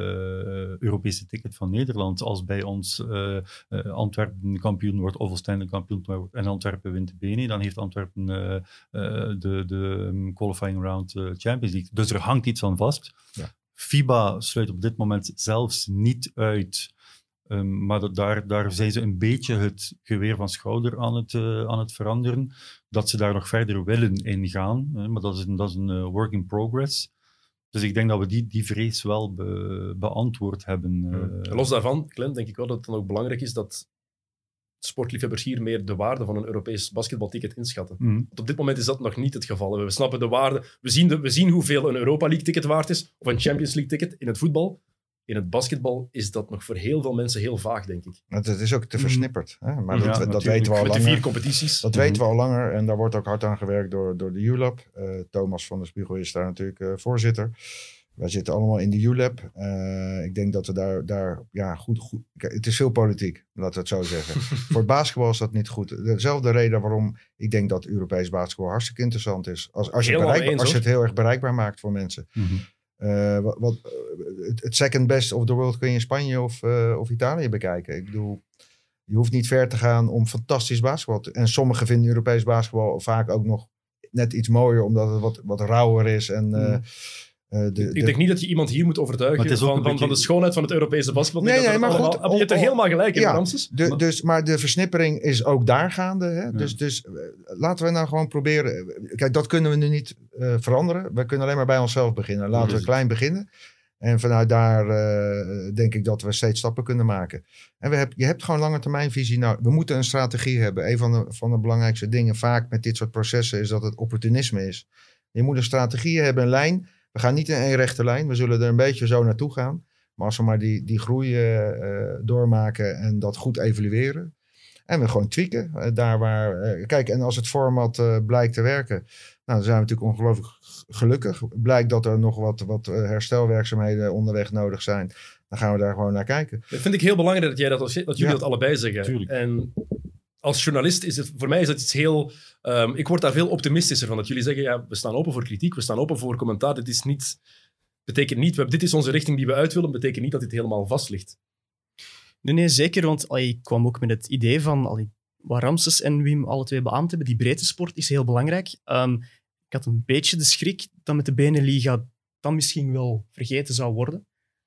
Speaker 5: uh, Europese ticket van Nederland. Als bij ons uh, uh, Antwerpen kampioen wordt of Oostende kampioen wordt en Antwerpen wint de bene, dan heeft Antwerpen uh, uh, de, de um, qualifying round uh, Champions League. Dus er hangt iets aan vast.
Speaker 6: Ja.
Speaker 5: FIBA sluit op dit moment zelfs niet uit. Um, maar dat, daar, daar zijn ze een beetje het geweer van schouder aan het, uh, aan het veranderen. Dat ze daar nog verder willen in gaan. Uh, maar dat is een, dat is een uh, work in progress. Dus ik denk dat we die, die vrees wel be, beantwoord hebben. Uh,
Speaker 4: En los daarvan, Glenn, denk ik wel dat het dan ook belangrijk is dat sportliefhebbers hier meer de waarde van een Europees basketbalticket inschatten.
Speaker 5: mm.
Speaker 4: Want op dit moment is dat nog niet het geval. We snappen de waarde. We zien, de, we zien hoeveel een Europa League ticket waard is, of een Champions League ticket in het voetbal. In het basketbal is dat nog voor heel veel mensen heel vaag, denk ik.
Speaker 6: Het, het is ook te versnipperd. Hè? Maar
Speaker 5: Ja,
Speaker 6: dat, dat
Speaker 5: natuurlijk.
Speaker 6: weten we al
Speaker 4: Met de
Speaker 6: langer.
Speaker 4: vier competities.
Speaker 6: Dat weten we al langer en daar wordt ook hard aan gewerkt door, door de U L A B. Uh, Thomas van der Spiegel is daar natuurlijk uh, voorzitter. Wij zitten allemaal in de U L A B. Uh, ik denk dat we daar, daar ja, goed, goed... Kijk, het is veel politiek, laten we het zo zeggen. Voor het basketbal is dat niet goed. Dezelfde reden waarom ik denk dat Europees basketbal hartstikke interessant is. Als, als, je,
Speaker 4: Helemaal
Speaker 6: bereikbaar,
Speaker 4: eens,
Speaker 6: als je
Speaker 4: hoor.
Speaker 6: het heel erg bereikbaar maakt voor mensen.
Speaker 5: Mm-hmm.
Speaker 6: Uh, wat, wat, het, het second best of the world kun je in Spanje of, uh, of Italië bekijken. Ik bedoel, je hoeft niet ver te gaan om fantastisch basketbal te... En sommigen vinden Europees basketbal vaak ook nog net iets mooier, omdat het wat, wat rauwer is. En, uh, uh, de,
Speaker 4: Ik
Speaker 6: de...
Speaker 4: denk niet dat je iemand hier moet overtuigen
Speaker 5: Maar het is ook
Speaker 4: van,
Speaker 5: een
Speaker 4: van,
Speaker 5: beetje-
Speaker 4: van de schoonheid van het Europese basketbal.
Speaker 6: Nee,
Speaker 4: Ik denk
Speaker 6: nee,
Speaker 4: dat
Speaker 6: maar
Speaker 4: het
Speaker 6: goed,
Speaker 4: allemaal- Je hebt er
Speaker 6: om-
Speaker 4: helemaal gelijk in,
Speaker 6: ja.
Speaker 4: Ramses.
Speaker 6: De,
Speaker 5: Maar-
Speaker 6: dus, maar de versnippering is ook daar gaande. Hè?
Speaker 5: Ja.
Speaker 6: Dus, dus uh, laten we nou gewoon proberen. Kijk, dat kunnen we nu niet uh, veranderen. We kunnen alleen maar bij onszelf beginnen. Laten
Speaker 5: Dat
Speaker 6: we
Speaker 5: is
Speaker 6: klein beginnen. En vanuit daar uh, denk ik dat we steeds stappen kunnen maken. En we heb, je hebt gewoon lange termijn visie. Nou, we moeten een strategie hebben. Een van de, van de belangrijkste dingen vaak met dit soort processen is dat het opportunisme is. Je moet een strategie hebben, een lijn. We gaan niet in één rechte lijn. We zullen er een beetje zo naartoe gaan. Maar als we maar die, die groei uh, doormaken en dat goed evalueren. En we gewoon tweaken. Uh, daar waar, uh, kijk, en als het format uh, blijkt te werken. Nou, dan zijn we natuurlijk ongelooflijk gelukkig. Blijkt dat er nog wat, wat uh, herstelwerkzaamheden onderweg nodig zijn. Dan gaan we daar gewoon naar kijken.
Speaker 4: Dat vind ik heel belangrijk dat, jij dat, dat jullie
Speaker 6: Ja.
Speaker 4: dat allebei zeggen.
Speaker 5: Tuurlijk.
Speaker 4: En als journalist is het, voor mij is dat iets heel... Um, ik word daar veel optimistischer van. Dat jullie zeggen, ja, we staan open voor kritiek, we staan open voor commentaar. Dit is niet... Betekent niet, we, dit is onze richting die we uit willen, betekent niet dat dit helemaal vast ligt.
Speaker 7: Nee, nee, zeker. Want allee, ik kwam ook met het idee van... Allee, wat Ramses en Wim alle twee beaamd hebben, die breedtesport is heel belangrijk. Um, ik had een beetje de schrik dat met de Beneliga dat misschien wel vergeten zou worden.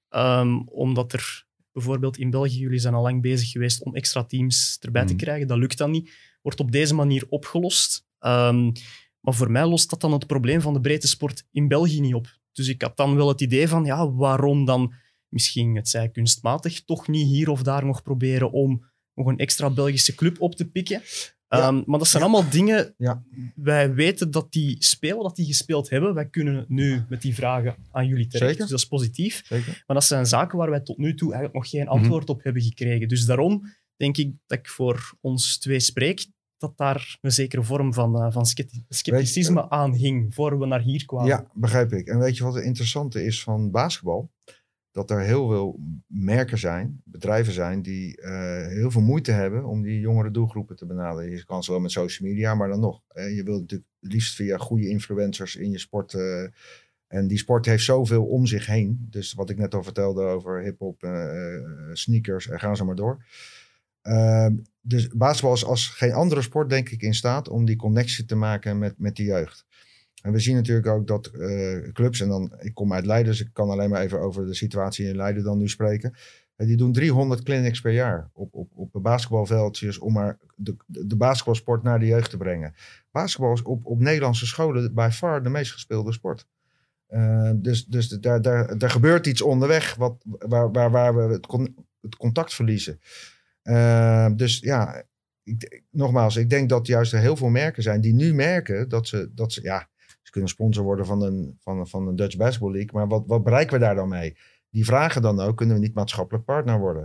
Speaker 7: Um, omdat er bijvoorbeeld in België, jullie zijn al lang bezig geweest om extra teams erbij te
Speaker 5: Mm.
Speaker 7: krijgen. Dat lukt dan niet. Wordt op deze manier opgelost. Um, maar voor mij lost dat dan het probleem van de breedtesport in België niet op. Dus ik had dan wel het idee van, ja, waarom dan misschien, het zij kunstmatig, toch niet hier of daar nog proberen om nog een extra Belgische club op te pikken.
Speaker 6: Ja.
Speaker 7: Um, maar dat zijn allemaal dingen...
Speaker 6: Ja.
Speaker 7: Wij weten dat die spelen, dat die gespeeld hebben. Wij kunnen nu met die vragen aan jullie terecht.
Speaker 6: Zeker.
Speaker 7: Dus dat is positief.
Speaker 6: Zeker.
Speaker 7: Maar dat zijn zaken waar wij tot nu toe eigenlijk nog geen antwoord op hebben gekregen. Dus daarom denk ik dat ik voor ons twee spreek, dat daar een zekere vorm van, uh, van scepti- scepticisme aan hing, voor we naar hier kwamen.
Speaker 6: Ja, begrijp ik. En weet je wat het interessante is van basketbal? Dat er heel veel merken zijn, bedrijven zijn, die uh, heel veel moeite hebben om die jongere doelgroepen te benaderen. Je kan ze wel met social media, maar dan nog. Uh, je wilt natuurlijk liefst via goede influencers in je sport. Uh, en die sport heeft zoveel om zich heen. Dus wat ik net al vertelde over hip-hop, uh, sneakers, en gaan ze maar door. Uh, dus basketbal is als geen andere sport, denk ik, in staat om die connectie te maken met, met de jeugd. En we zien natuurlijk ook dat uh, clubs, en dan, ik kom uit Leiden, dus ik kan alleen maar even over de situatie in Leiden dan nu spreken. Uh, die doen driehonderd clinics per jaar op, op, op basketbalveldjes om maar de, de, de basketbalsport naar de jeugd te brengen. Basketbal is op, op Nederlandse scholen by far de meest gespeelde sport. Uh, dus dus daar, daar, daar gebeurt iets onderweg wat, waar, waar, waar we het, con, het contact verliezen. Uh, dus ja, ik, nogmaals, ik denk dat juist er heel veel merken zijn die nu merken dat ze, dat ze ja, ze kunnen sponsor worden van een, van, van een Dutch Basketball League, maar wat, wat bereiken we daar dan mee? Die vragen dan ook, kunnen we niet maatschappelijk partner worden?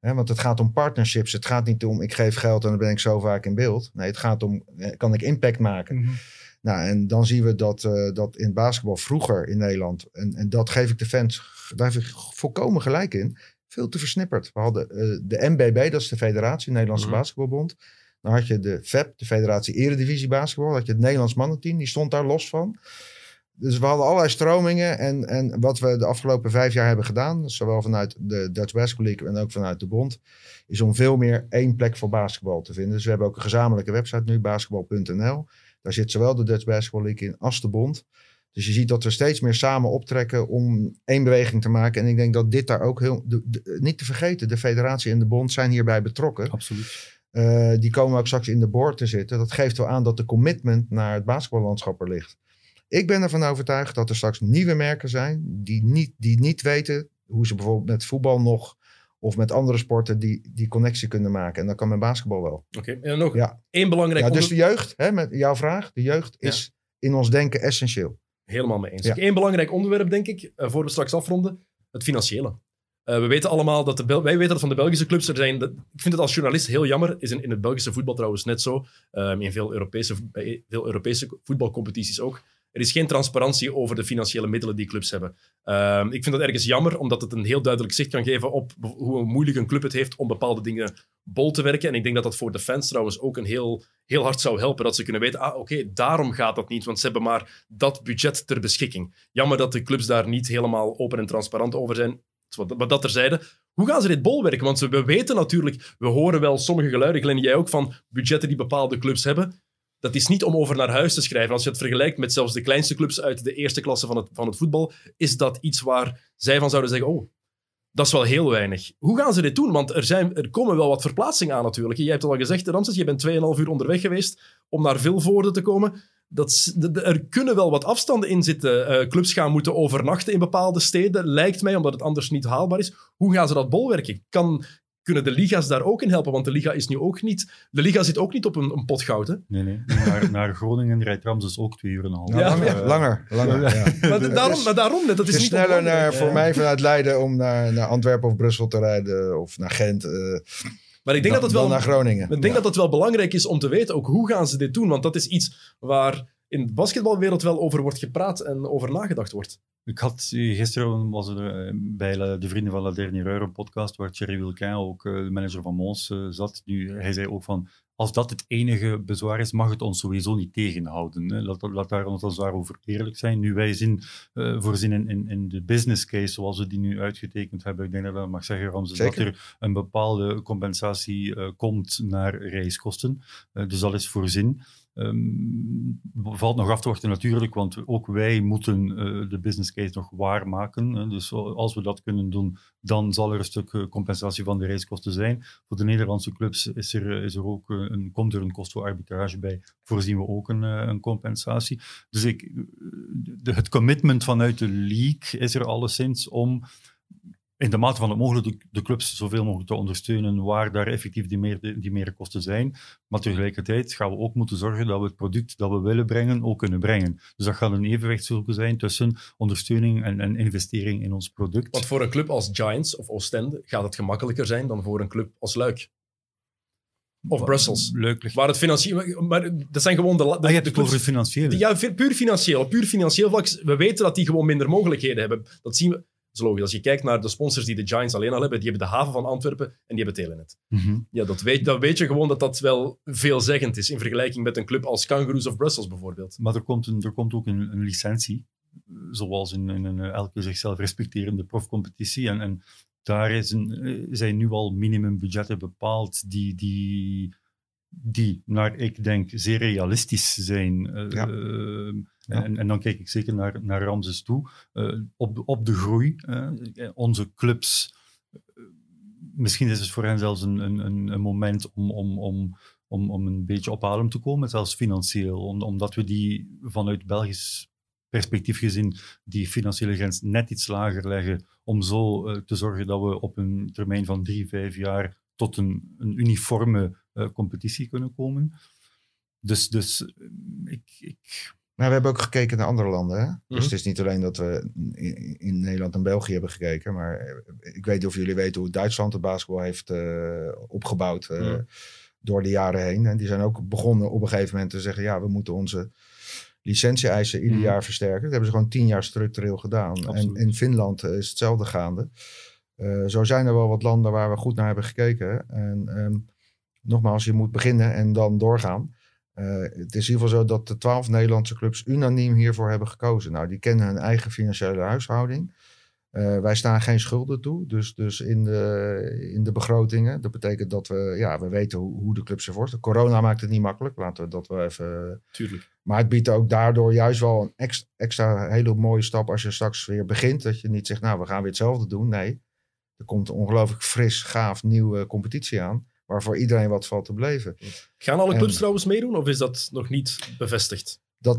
Speaker 6: Hè, want het gaat om partnerships. Het gaat niet om ik geef geld en dan ben ik zo vaak in beeld. Nee, het gaat om kan ik impact maken.
Speaker 5: Mm-hmm.
Speaker 6: Nou, en dan zien we dat, uh, dat in het basketbal vroeger in Nederland... En, en dat geef ik de fans, daar heb ik volkomen gelijk in... veel te versnipperd. We hadden uh, de N B B, dat is de Federatie, de Nederlandse mm-hmm. Basketbalbond. Dan had je de F E B, de Federatie Eredivisie Basketbal. Dan had je het Nederlands mannenteam, die stond daar los van. Dus we hadden allerlei stromingen. En, en wat we de afgelopen vijf jaar hebben gedaan... zowel vanuit de Dutch Basketball League en ook vanuit de bond... is om veel meer één plek voor basketbal te vinden. Dus we hebben ook een gezamenlijke website nu, basketbal punt n l. Daar zit zowel de Dutch Basketball League in als de bond. Dus je ziet dat we steeds meer samen optrekken om één beweging te maken. En ik denk dat dit daar ook heel... De, de, niet te vergeten, de federatie en de bond zijn hierbij betrokken.
Speaker 5: Absoluut.
Speaker 6: Uh, die komen ook straks in de board te zitten. Dat geeft wel aan dat de commitment naar het basketballandschap er ligt. Ik ben ervan overtuigd dat er straks nieuwe merken zijn... die niet, die niet weten hoe ze bijvoorbeeld met voetbal nog... of met andere sporten die, die connectie kunnen maken. En dat kan met basketbal wel.
Speaker 4: Oké, okay. En nog
Speaker 6: ja.
Speaker 4: één belangrijk...
Speaker 6: Ja, dus de jeugd, hè, met jouw vraag... de jeugd ja. is in ons denken essentieel.
Speaker 4: Helemaal mee eens.
Speaker 6: Ja.
Speaker 4: Eén belangrijk onderwerp, denk ik, uh, voor we straks afronden. Het financiële. Uh, we weten allemaal dat de Bel- wij weten dat van de Belgische clubs er zijn. Dat, ik vind het als journalist heel jammer. Is in, in het Belgische voetbal trouwens net zo. Um, in veel Europese, bij veel Europese voetbalcompetities ook. Er is geen transparantie over de financiële middelen die clubs hebben. Um, ik vind dat ergens jammer, omdat het een heel duidelijk zicht kan geven op hoe moeilijk een club het heeft om bepaalde dingen bol te werken. En ik denk dat dat voor de fans trouwens ook een heel, heel hard zou helpen. Dat ze kunnen weten, ah oké, okay, daarom gaat dat niet, want ze hebben maar dat budget ter beschikking. Jammer dat de clubs daar niet helemaal open en transparant over zijn. Maar dat terzijde, hoe gaan ze dit bolwerken? Want we weten natuurlijk, we horen wel sommige geluiden, Glenn, jij ook, van budgetten die bepaalde clubs hebben. Dat is niet om over naar huis te schrijven. Als je het vergelijkt met zelfs de kleinste clubs uit de eerste klasse van het, van het voetbal, is dat iets waar zij van zouden zeggen, oh, dat is wel heel weinig. Hoe gaan ze dit doen? Want er, zijn, er komen wel wat verplaatsingen aan natuurlijk. Jij hebt het al gezegd, Ramses, je bent tweeënhalf uur onderweg geweest om naar Vilvoorde te komen. Dat, er kunnen wel wat afstanden in zitten. Uh, clubs gaan moeten overnachten in bepaalde steden, lijkt mij, omdat het anders niet haalbaar is. Hoe gaan ze dat bolwerken? Kan... Kunnen de liga's daar ook in helpen? Want de liga is nu ook niet... De liga zit ook niet op een, een pot goud, hè?
Speaker 5: Nee, nee. Naar, naar Groningen rijdt Ramses ook twee uur en een half.
Speaker 6: Ja, ja, langer, ja. langer, langer. Ja.
Speaker 4: Maar, daarom, is, maar daarom net. Dat is
Speaker 6: het is
Speaker 4: niet
Speaker 6: sneller naar, voor mij vanuit Leiden om naar, naar Antwerpen of Brussel te rijden. Of naar Gent. Uh,
Speaker 4: maar ik denk,
Speaker 6: dan,
Speaker 4: dat, het wel,
Speaker 6: naar Groningen.
Speaker 4: ik denk
Speaker 6: ja.
Speaker 4: dat het wel belangrijk is om te weten, ook hoe gaan ze dit doen? Want dat is iets waar in de basketbalwereld wel over wordt gepraat en over nagedacht wordt.
Speaker 5: Ik had gisteren was er bij de Vrienden van La Dernière Heure een podcast waar Thierry Wilquin, ook de manager van Mons, zat. Nu, hij zei ook van, als dat het enige bezwaar is, mag het ons sowieso niet tegenhouden. Laat, laat daar ons als daarover eerlijk zijn. Nu, wij zien uh, voorzien in, in, in de business case, zoals we die nu uitgetekend hebben, ik denk dat ik dat mag zeggen, Ramses, dat er een bepaalde compensatie uh, komt naar reiskosten. Uh, dus dat is voorzien. Um, valt nog af te wachten natuurlijk, want ook wij moeten uh, de business case nog waarmaken. Uh, dus als we dat kunnen doen, dan zal er een stuk uh, compensatie van de reiskosten zijn. Voor de Nederlandse clubs is er, is er ook uh, een, komt er een kost voor arbitrage bij. Voorzien we ook een, uh, een compensatie. Dus ik, de, het commitment vanuit de league is er alleszins om in de mate van het mogelijk de, de clubs zoveel mogelijk te ondersteunen waar daar effectief die, meer, die merenkosten zijn. Maar tegelijkertijd gaan we ook moeten zorgen dat we het product dat we willen brengen ook kunnen brengen. Dus dat gaat een evenwicht zoeken zijn tussen ondersteuning en, en investering in ons product.
Speaker 4: Want voor een club als Giants of Oostende gaat het gemakkelijker zijn dan voor een club als Luik. Of Wat, Brussels.
Speaker 5: Leuk.
Speaker 4: Waar het financieel... Maar dat zijn gewoon de... de,
Speaker 5: ah, je hebt
Speaker 4: de
Speaker 5: het over het financiële.
Speaker 4: Ja, puur financieel. Puur financieel vlak. We weten dat die gewoon minder mogelijkheden hebben. Dat zien we... Dat is logisch. Als je kijkt naar de sponsors die de Giants alleen al hebben, die hebben de haven van Antwerpen en die hebben Telenet.
Speaker 5: Mm-hmm.
Speaker 4: Ja, dat weet, dat weet je gewoon dat dat wel veelzeggend is in vergelijking met een club als Kangaroos of Brussels bijvoorbeeld.
Speaker 5: Maar er komt, een, er komt ook een, een licentie, zoals in, in een elke zichzelf respecterende profcompetitie. En, en daar is een, zijn nu al minimumbudgetten bepaald die... die die, naar ik denk, zeer realistisch zijn. Uh,
Speaker 6: ja.
Speaker 5: uh,
Speaker 6: ja.
Speaker 5: en, en dan kijk ik zeker naar, naar Ramses toe. Uh, op, op de groei. Uh, onze clubs, uh, misschien is het voor hen zelfs een, een, een moment om, om, om, om, om een beetje op adem te komen, zelfs financieel. Om, omdat we die vanuit Belgisch perspectief gezien die financiële grens net iets lager leggen, om zo uh, te zorgen dat we op een termijn van drie, vijf jaar tot een, een uniforme uh, competitie kunnen komen. Dus, dus ik, ik,
Speaker 6: Nou, we hebben ook gekeken naar andere landen. Hè?
Speaker 4: Mm-hmm.
Speaker 6: Dus het is niet alleen dat we in, in Nederland en België hebben gekeken. Maar ik weet niet of jullie weten hoe Duitsland het basketbal heeft uh, opgebouwd uh, mm. door de jaren heen. En die zijn ook begonnen op een gegeven moment te zeggen... ja, we moeten onze licentie-eisen ieder mm. jaar versterken. Dat hebben ze gewoon tien jaar structureel gedaan. En in Finland is hetzelfde gaande. Uh, zo zijn er wel wat landen waar we goed naar hebben gekeken. En um, nogmaals, je moet beginnen en dan doorgaan. Uh, het is in ieder geval zo dat de twaalf Nederlandse clubs unaniem hiervoor hebben gekozen. Nou, die kennen hun eigen financiële huishouding. Uh, wij staan geen schulden toe, dus, dus in, de, in de begrotingen. Dat betekent dat we, ja, we weten hoe, hoe de clubs ervoor staan. Corona maakt het niet makkelijk, laten we dat wel even...
Speaker 4: Tuurlijk.
Speaker 6: Maar het biedt ook daardoor juist wel een extra, extra hele mooie stap als je straks weer begint. Dat je niet zegt, nou, we gaan weer hetzelfde doen. Nee, er komt een ongelooflijk fris, gaaf, nieuwe competitie aan. Waarvoor iedereen wat valt te beleven.
Speaker 4: Gaan alle clubs
Speaker 6: en, trouwens
Speaker 4: meedoen of is dat nog niet bevestigd?
Speaker 6: Dat,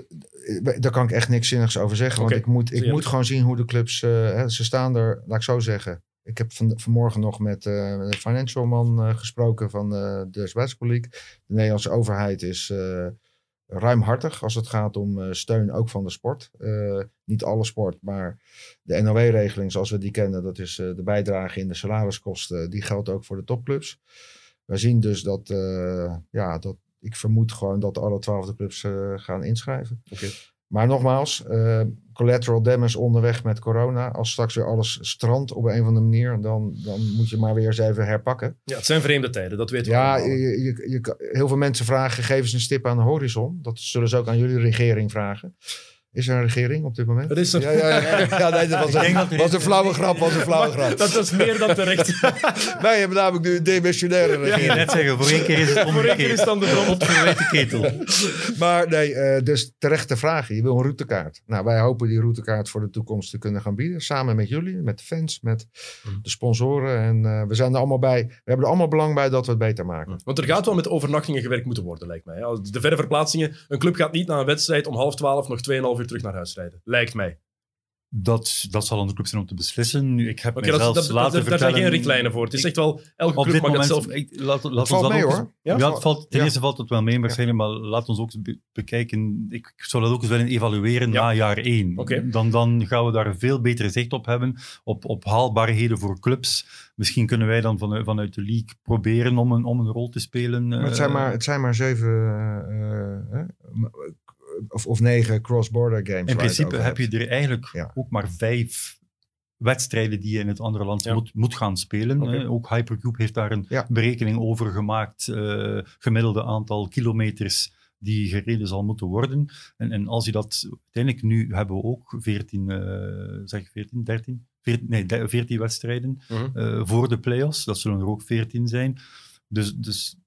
Speaker 6: daar kan ik echt niks zinnigs over zeggen. Okay. Want ik, moet, ik moet gewoon zien hoe de clubs... Uh, hè, ze staan er, laat ik zo zeggen. Ik heb van, vanmorgen nog met uh, de financial man uh, gesproken van uh, de Basketball League. De Nederlandse overheid is uh, ruimhartig als het gaat om uh, steun ook van de sport. Uh, niet alle sport, maar de N O W-regeling zoals we die kennen, dat is uh, de bijdrage in de salariskosten. Die geldt ook voor de topclubs. We zien dus dat, uh, ja, dat ik vermoed gewoon dat alle twaalf de clubs uh, gaan inschrijven.
Speaker 4: Okay.
Speaker 6: Maar nogmaals, uh, collateral damage onderweg met corona. Als straks weer alles strandt op een of andere manier, dan, dan moet je maar weer eens even herpakken.
Speaker 4: Ja, het zijn vreemde tijden, dat weten we
Speaker 6: ja,
Speaker 4: allemaal.
Speaker 6: Je, je, je, heel veel mensen vragen, geef eens een stip aan de horizon. Dat zullen ze ook aan jullie regering vragen. Is er een regering op dit moment?
Speaker 4: Dat is een...
Speaker 6: Ja, ja, ja, ja, nee, dat was een, dat was een flauwe grap. Was een flauwe grap.
Speaker 4: Dat was meer dan terecht.
Speaker 6: Wij hebben namelijk nu een demissionaire regering.
Speaker 5: Ja, net zeggen, voor één keer is het
Speaker 4: omgekeerd. Voor één keer is het dan de bron op
Speaker 5: verwijte ketel.
Speaker 6: Maar nee, uh, dus terechte vraag. Je wil een routekaart. Nou, wij hopen die routekaart voor de toekomst te kunnen gaan bieden. Samen met jullie, met de fans, met de sponsoren. En uh, we zijn er allemaal bij. We hebben er allemaal belang bij dat we het beter maken.
Speaker 4: Want er gaat wel met overnachtingen gewerkt moeten worden, lijkt mij. De verre verplaatsingen. Een club gaat niet na een wedstrijd om half twaalf nog tweeënhalf uur terug naar huis rijden. Lijkt mij.
Speaker 5: Dat, dat zal aan de club zijn om te beslissen. Nu, ik heb
Speaker 4: okay,
Speaker 5: mezelf
Speaker 4: dat, dat,
Speaker 5: laten
Speaker 4: dat,
Speaker 5: vertellen...
Speaker 4: Daar zijn geen richtlijnen voor. Het is echt wel... Elke
Speaker 5: op
Speaker 4: club
Speaker 5: dit
Speaker 4: mag
Speaker 5: moment,
Speaker 4: het zelf...
Speaker 5: Ik, laat, laat
Speaker 6: het valt
Speaker 5: ons
Speaker 6: mee
Speaker 5: ook
Speaker 6: hoor.
Speaker 5: Eens, ja, ja, het valt, ten ja. eerste valt het wel mee waarschijnlijk, ja. maar laat ons ook eens be- bekijken. Ik zou dat ook eens willen evalueren ja. na jaar één.
Speaker 4: Okay.
Speaker 5: Dan, dan gaan we daar veel beter zicht op hebben. Op, op haalbaarheden voor clubs. Misschien kunnen wij dan vanuit, vanuit de league proberen om een, om een rol te spelen.
Speaker 6: Maar het, zijn maar, het zijn maar zeven... Uh, uh, Of, of negen cross-border games.
Speaker 5: In principe heb
Speaker 6: hebt.
Speaker 5: je er eigenlijk
Speaker 6: ja.
Speaker 5: ook maar vijf wedstrijden die je in het andere land ja. moet, moet gaan spelen.
Speaker 4: Okay.
Speaker 5: Hè. Ook Hypercube heeft daar een
Speaker 6: ja.
Speaker 5: berekening over gemaakt. Uh, gemiddelde aantal kilometers die gereden zal moeten worden. En, en als je dat... Uiteindelijk nu hebben we ook veertien, uh, zeg veertien, dertien? veertien, nee, veertien wedstrijden
Speaker 4: mm-hmm.
Speaker 5: uh, voor de play-offs. Dat zullen er ook veertien zijn. Dus... dus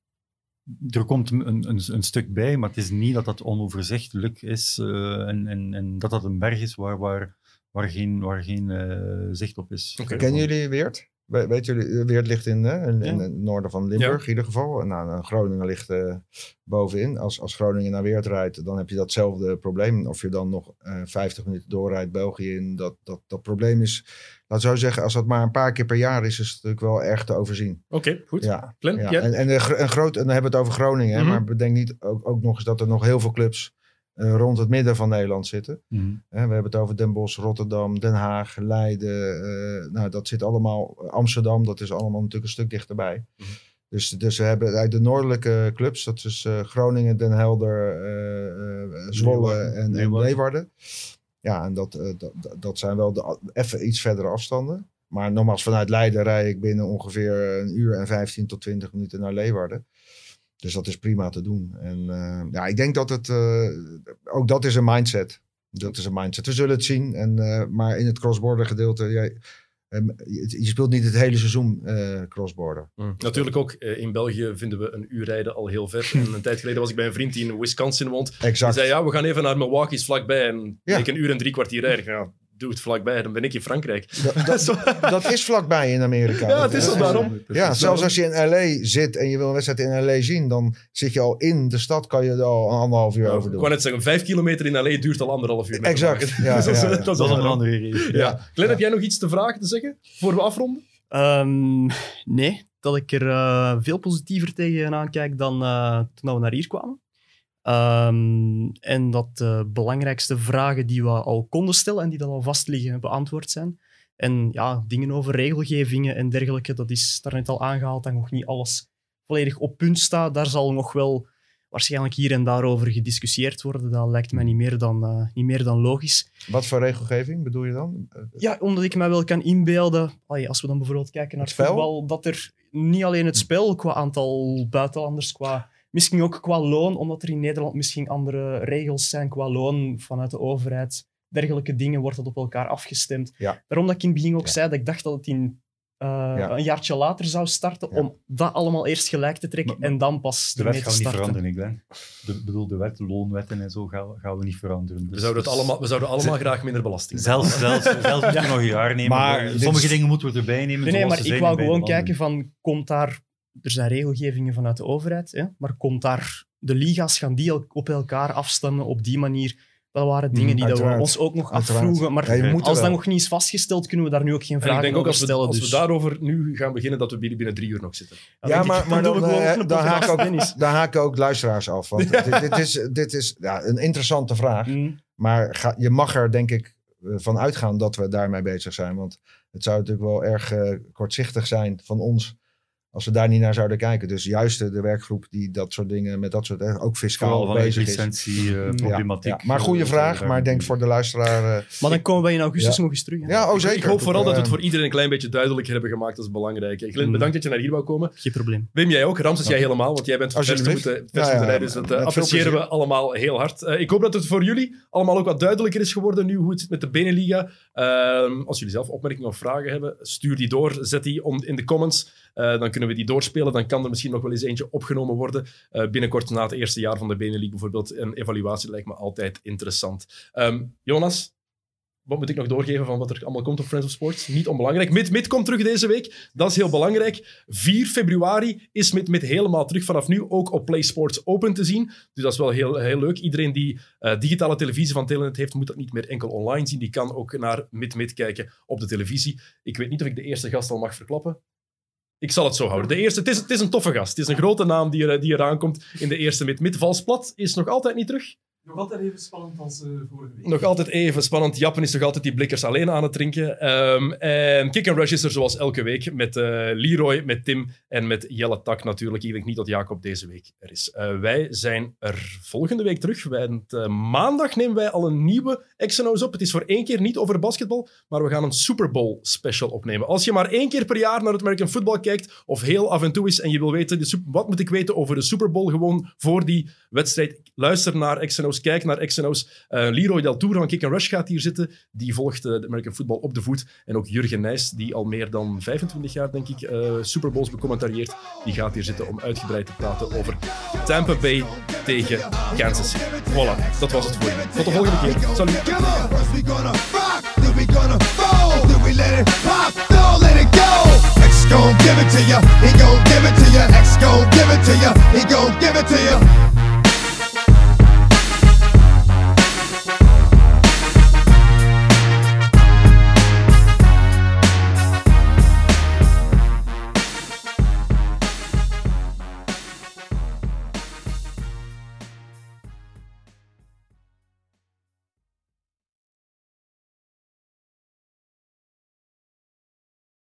Speaker 5: er komt een, een, een stuk bij, maar het is niet dat dat onoverzichtelijk is uh, en, en, en dat dat een berg is waar, waar, waar geen, waar geen uh, zicht op is.
Speaker 6: Okay. Kennen jullie Weert? We, weet jullie, Weert ligt in, uh, in, in
Speaker 5: ja.
Speaker 6: het noorden van Limburg
Speaker 4: ja.
Speaker 6: in ieder geval. Nou, Groningen ligt uh, bovenin. Als, als Groningen naar Weert rijdt, dan heb je datzelfde probleem. Of je dan nog uh, vijftig minuten doorrijdt België in. Dat, dat, dat probleem is, laat zo zeggen, als dat maar een paar keer per jaar is, is het natuurlijk wel erg te overzien.
Speaker 4: Oké, okay, goed.
Speaker 6: Ja,
Speaker 4: Glenn,
Speaker 6: ja.
Speaker 4: Ja.
Speaker 6: En, en, en, groot, en dan hebben we het over Groningen. Mm-hmm. Maar bedenk niet ook, ook nog eens dat er nog heel veel clubs Uh, rond het midden van Nederland zitten.
Speaker 5: Mm-hmm.
Speaker 6: Uh, we hebben het over Den Bosch, Rotterdam, Den Haag, Leiden. Uh, nou, dat zit allemaal... Amsterdam, dat is allemaal natuurlijk een stuk dichterbij.
Speaker 4: Mm-hmm.
Speaker 6: Dus, dus we hebben uit de noordelijke clubs, dat is uh, Groningen, Den Helder, uh, uh, Zwolle Leeuwarden. En, en Leeuwarden. Ja, en dat, uh, dat, dat zijn wel de, even iets verdere afstanden. Maar nogmaals, vanuit Leiden rij ik binnen ongeveer een uur en vijftien tot twintig minuten naar Leeuwarden. Dus dat is prima te doen. En uh, ja, ik denk dat het... Uh, ook dat is een mindset. Dat is een mindset. We zullen het zien. En, uh, maar in het crossborder gedeelte... Ja, um, je, je speelt niet het hele seizoen uh, crossborder.
Speaker 4: Mm. Natuurlijk ook. Uh, in België vinden we een uur rijden al heel ver. En een tijd geleden was ik bij een vriend die in Wisconsin woont.
Speaker 6: Exact.
Speaker 4: Die zei, ja, we gaan even naar Milwaukee's vlakbij. En
Speaker 6: ja.
Speaker 4: ik een uur en drie kwartier rijden. Ja, doe het vlakbij, dan ben ik in Frankrijk.
Speaker 6: Dat, dat, dat is vlakbij in Amerika.
Speaker 4: Ja, het is al daarom.
Speaker 6: Ja, zelfs als je in L A zit en je wil een wedstrijd in L A zien, dan zit je al in de stad, kan je er al anderhalf uur
Speaker 4: ja,
Speaker 6: over doen.
Speaker 4: Ik wou net zeggen, vijf kilometer in L A duurt al anderhalf uur.
Speaker 6: Exact. Ja,
Speaker 4: dus dat is,
Speaker 6: ja, ja.
Speaker 4: dat is,
Speaker 5: dat is een andere reden.
Speaker 4: Ja. Ja. Glenn, ja. heb jij nog iets te vragen, te zeggen, voor we afronden?
Speaker 7: Um, nee, dat ik er uh, veel positiever tegenaan kijk dan uh, toen we naar hier kwamen. Um, en dat de belangrijkste vragen die we al konden stellen en die dan al vast liggen, beantwoord zijn. En ja, dingen over regelgevingen en dergelijke, dat is daarnet al aangehaald, dat nog niet alles volledig op punt staat. Daar zal nog wel waarschijnlijk hier en daar over gediscussieerd worden. Dat lijkt mij niet meer dan, uh, niet meer dan logisch.
Speaker 6: Wat voor regelgeving bedoel je dan?
Speaker 7: Ja, omdat ik mij wel kan inbeelden, allee, als we dan bijvoorbeeld kijken naar het voetbal, dat er niet alleen het spel qua aantal buitenlanders, qua, misschien ook qua loon, omdat er in Nederland misschien andere regels zijn qua loon vanuit de overheid. Dergelijke dingen wordt dat op elkaar afgestemd.
Speaker 6: Ja.
Speaker 7: Daarom dat ik in het begin ook
Speaker 6: Ja.
Speaker 7: zei dat ik dacht dat het in, uh,
Speaker 6: Ja.
Speaker 7: een jaartje later zou starten,
Speaker 6: Ja.
Speaker 7: om dat allemaal eerst gelijk te trekken
Speaker 5: Maar-
Speaker 7: en dan pas
Speaker 5: De
Speaker 7: ermee
Speaker 5: wet
Speaker 7: te
Speaker 5: gaan we niet
Speaker 7: starten.
Speaker 5: veranderen, Glenn. De, bedoel, de wet, de loonwetten en zo gaan, we- gaan we niet veranderen.
Speaker 4: We
Speaker 5: Dus-
Speaker 4: zouden, het
Speaker 5: dus
Speaker 4: allemaal, we zouden allemaal graag minder belasting
Speaker 5: Zelfs, zelfs, zelfs moeten we nog een jaar nemen.
Speaker 6: Maar
Speaker 5: Maar
Speaker 6: dit
Speaker 5: sommige
Speaker 6: is-
Speaker 5: dingen moeten we erbij nemen.
Speaker 7: Nee, nee,
Speaker 5: zoals
Speaker 7: maar
Speaker 5: ze
Speaker 7: ik
Speaker 5: zijn
Speaker 7: wou
Speaker 5: in beide
Speaker 7: gewoon
Speaker 5: landen.
Speaker 7: kijken van, komt daar... Er zijn regelgevingen vanuit de overheid, hè, maar komt daar... De liga's, gaan die el- op elkaar afstemmen op die manier? Dat waren dingen die dat we
Speaker 6: Uiteraard.
Speaker 7: ons ook nog
Speaker 6: Uiteraard.
Speaker 7: afvroegen. Maar
Speaker 6: Ja, je moet er
Speaker 7: als dat
Speaker 6: wel.
Speaker 7: nog niet is vastgesteld, kunnen we daar nu ook geen
Speaker 4: En ik
Speaker 7: vragen
Speaker 4: denk ook
Speaker 7: over
Speaker 4: als we,
Speaker 7: stellen.
Speaker 4: als we
Speaker 7: dus.
Speaker 4: daarover nu gaan beginnen, dat we binnen, binnen drie uur nog zitten.
Speaker 7: Dan
Speaker 6: Ja,
Speaker 7: denk
Speaker 6: maar,
Speaker 7: ik,
Speaker 6: maar
Speaker 7: dan
Speaker 6: dan,
Speaker 7: doen we gewoon
Speaker 6: eh,
Speaker 7: een
Speaker 6: dan,
Speaker 7: podcast,
Speaker 6: haken ook,
Speaker 7: Dennis.
Speaker 6: dan haken ook luisteraars af. Want dit, dit is, dit is ja, een interessante vraag.
Speaker 7: Mm.
Speaker 6: Maar ga, je mag er denk ik eh, van uitgaan dat we daarmee bezig zijn. Want het zou natuurlijk wel erg eh, kortzichtig zijn van ons als we daar niet naar zouden kijken. Dus juist de, de werkgroep die dat soort dingen met dat soort, eh, ook fiscaal
Speaker 5: Vooral vanuit
Speaker 6: bezig is.
Speaker 5: licentie-problematiek.
Speaker 6: Ja, maar goede vraag, maar ik denk voor de luisteraar... eh,
Speaker 7: Maar dan komen we in augustus
Speaker 6: Ja.
Speaker 7: nog eens terug. Hè?
Speaker 6: ja, oh
Speaker 4: Ik-
Speaker 6: zeker.
Speaker 4: Ik hoop vooral dat we het
Speaker 6: Eh,
Speaker 4: voor iedereen een klein beetje duidelijker hebben gemaakt. Dat is belangrijk. Glenn,
Speaker 7: Mm.
Speaker 4: bedankt dat je naar hier wou komen.
Speaker 7: Geen probleem.
Speaker 4: Wim, jij ook. Ramses, jij helemaal, want jij bent vers te
Speaker 6: Alsjeblieft.
Speaker 4: moeten, vers
Speaker 6: Ja,
Speaker 4: moeten
Speaker 6: ja,
Speaker 4: rijden. Dus dat
Speaker 6: met
Speaker 4: eh,
Speaker 6: veel
Speaker 4: appreciëren we
Speaker 6: plezier.
Speaker 4: allemaal heel hard. Eh, ik hoop dat het voor jullie allemaal ook wat duidelijker is geworden nu hoe het zit met de Beneliga. Ehm, als jullie zelf opmerkingen of vragen hebben, stuur die door. Zet die om, in de comments. Eh, dan kunnen we die doorspelen. Dan kan er misschien nog wel eens eentje opgenomen worden. Eh, binnenkort na het eerste jaar van de Benelink bijvoorbeeld. Een evaluatie lijkt me altijd interessant. Ehm, Jonas, wat moet ik nog doorgeven van wat er allemaal komt op Friends of Sports? Niet onbelangrijk. Mid, Mid komt terug deze week. Dat is heel belangrijk. vier februari is Mid, Mid helemaal terug vanaf nu ook op Play Sports Open te zien. Dus dat is wel heel, heel leuk. Iedereen die uh, digitale televisie van Telenet heeft, moet dat niet meer enkel online zien. Die kan ook naar Mid, Mid kijken op de televisie. Ik weet niet of ik de eerste gast al mag verklappen. Ik zal het zo houden. De eerste, het, is, het is een toffe gast. Het is een grote naam die, er, die eraan komt in de eerste Mid. Mid Valsplat is nog altijd niet terug.
Speaker 1: Nog altijd even spannend als uh, vorige week.
Speaker 4: Nog altijd even spannend. Jappen is nog altijd die blikkers alleen aan het drinken. Um, en Kick and Rush is er zoals elke week met uh, Leroy, met Tim en met Jelle Tak natuurlijk. Ik denk niet dat Jacob deze week er is. Uh, wij zijn er volgende week terug. Wij, uh, maandag nemen wij al een nieuwe X N O's op. Het is voor één keer niet over basketbal, maar we gaan een Super Bowl special opnemen. Als je maar één keer per jaar naar het American Football kijkt, of heel af en toe is en je wil weten, de super, wat moet ik weten over de Super Bowl gewoon voor die wedstrijd, luister naar X N O's, kijk naar X N O's. Uh, Leroy Del Tour van Kick and Rush gaat hier zitten. Die volgt uh, de American Football op de voet. En ook Jurgen Nijs, die al meer dan vijfentwintig jaar, denk ik, uh, Super Bowls becommentarieert. Die gaat hier zitten om uitgebreid te praten over Tampa Bay tegen Kansas City. Voilà, dat was het voor jullie. Tot de volgende keer. Salut.
Speaker 3: First we gonna rock, then we gonna fold, then we let it pop, don't let it go. X gon' give it to ya, he gon' give it to ya. X gon' give it to ya, he gon' give it to ya.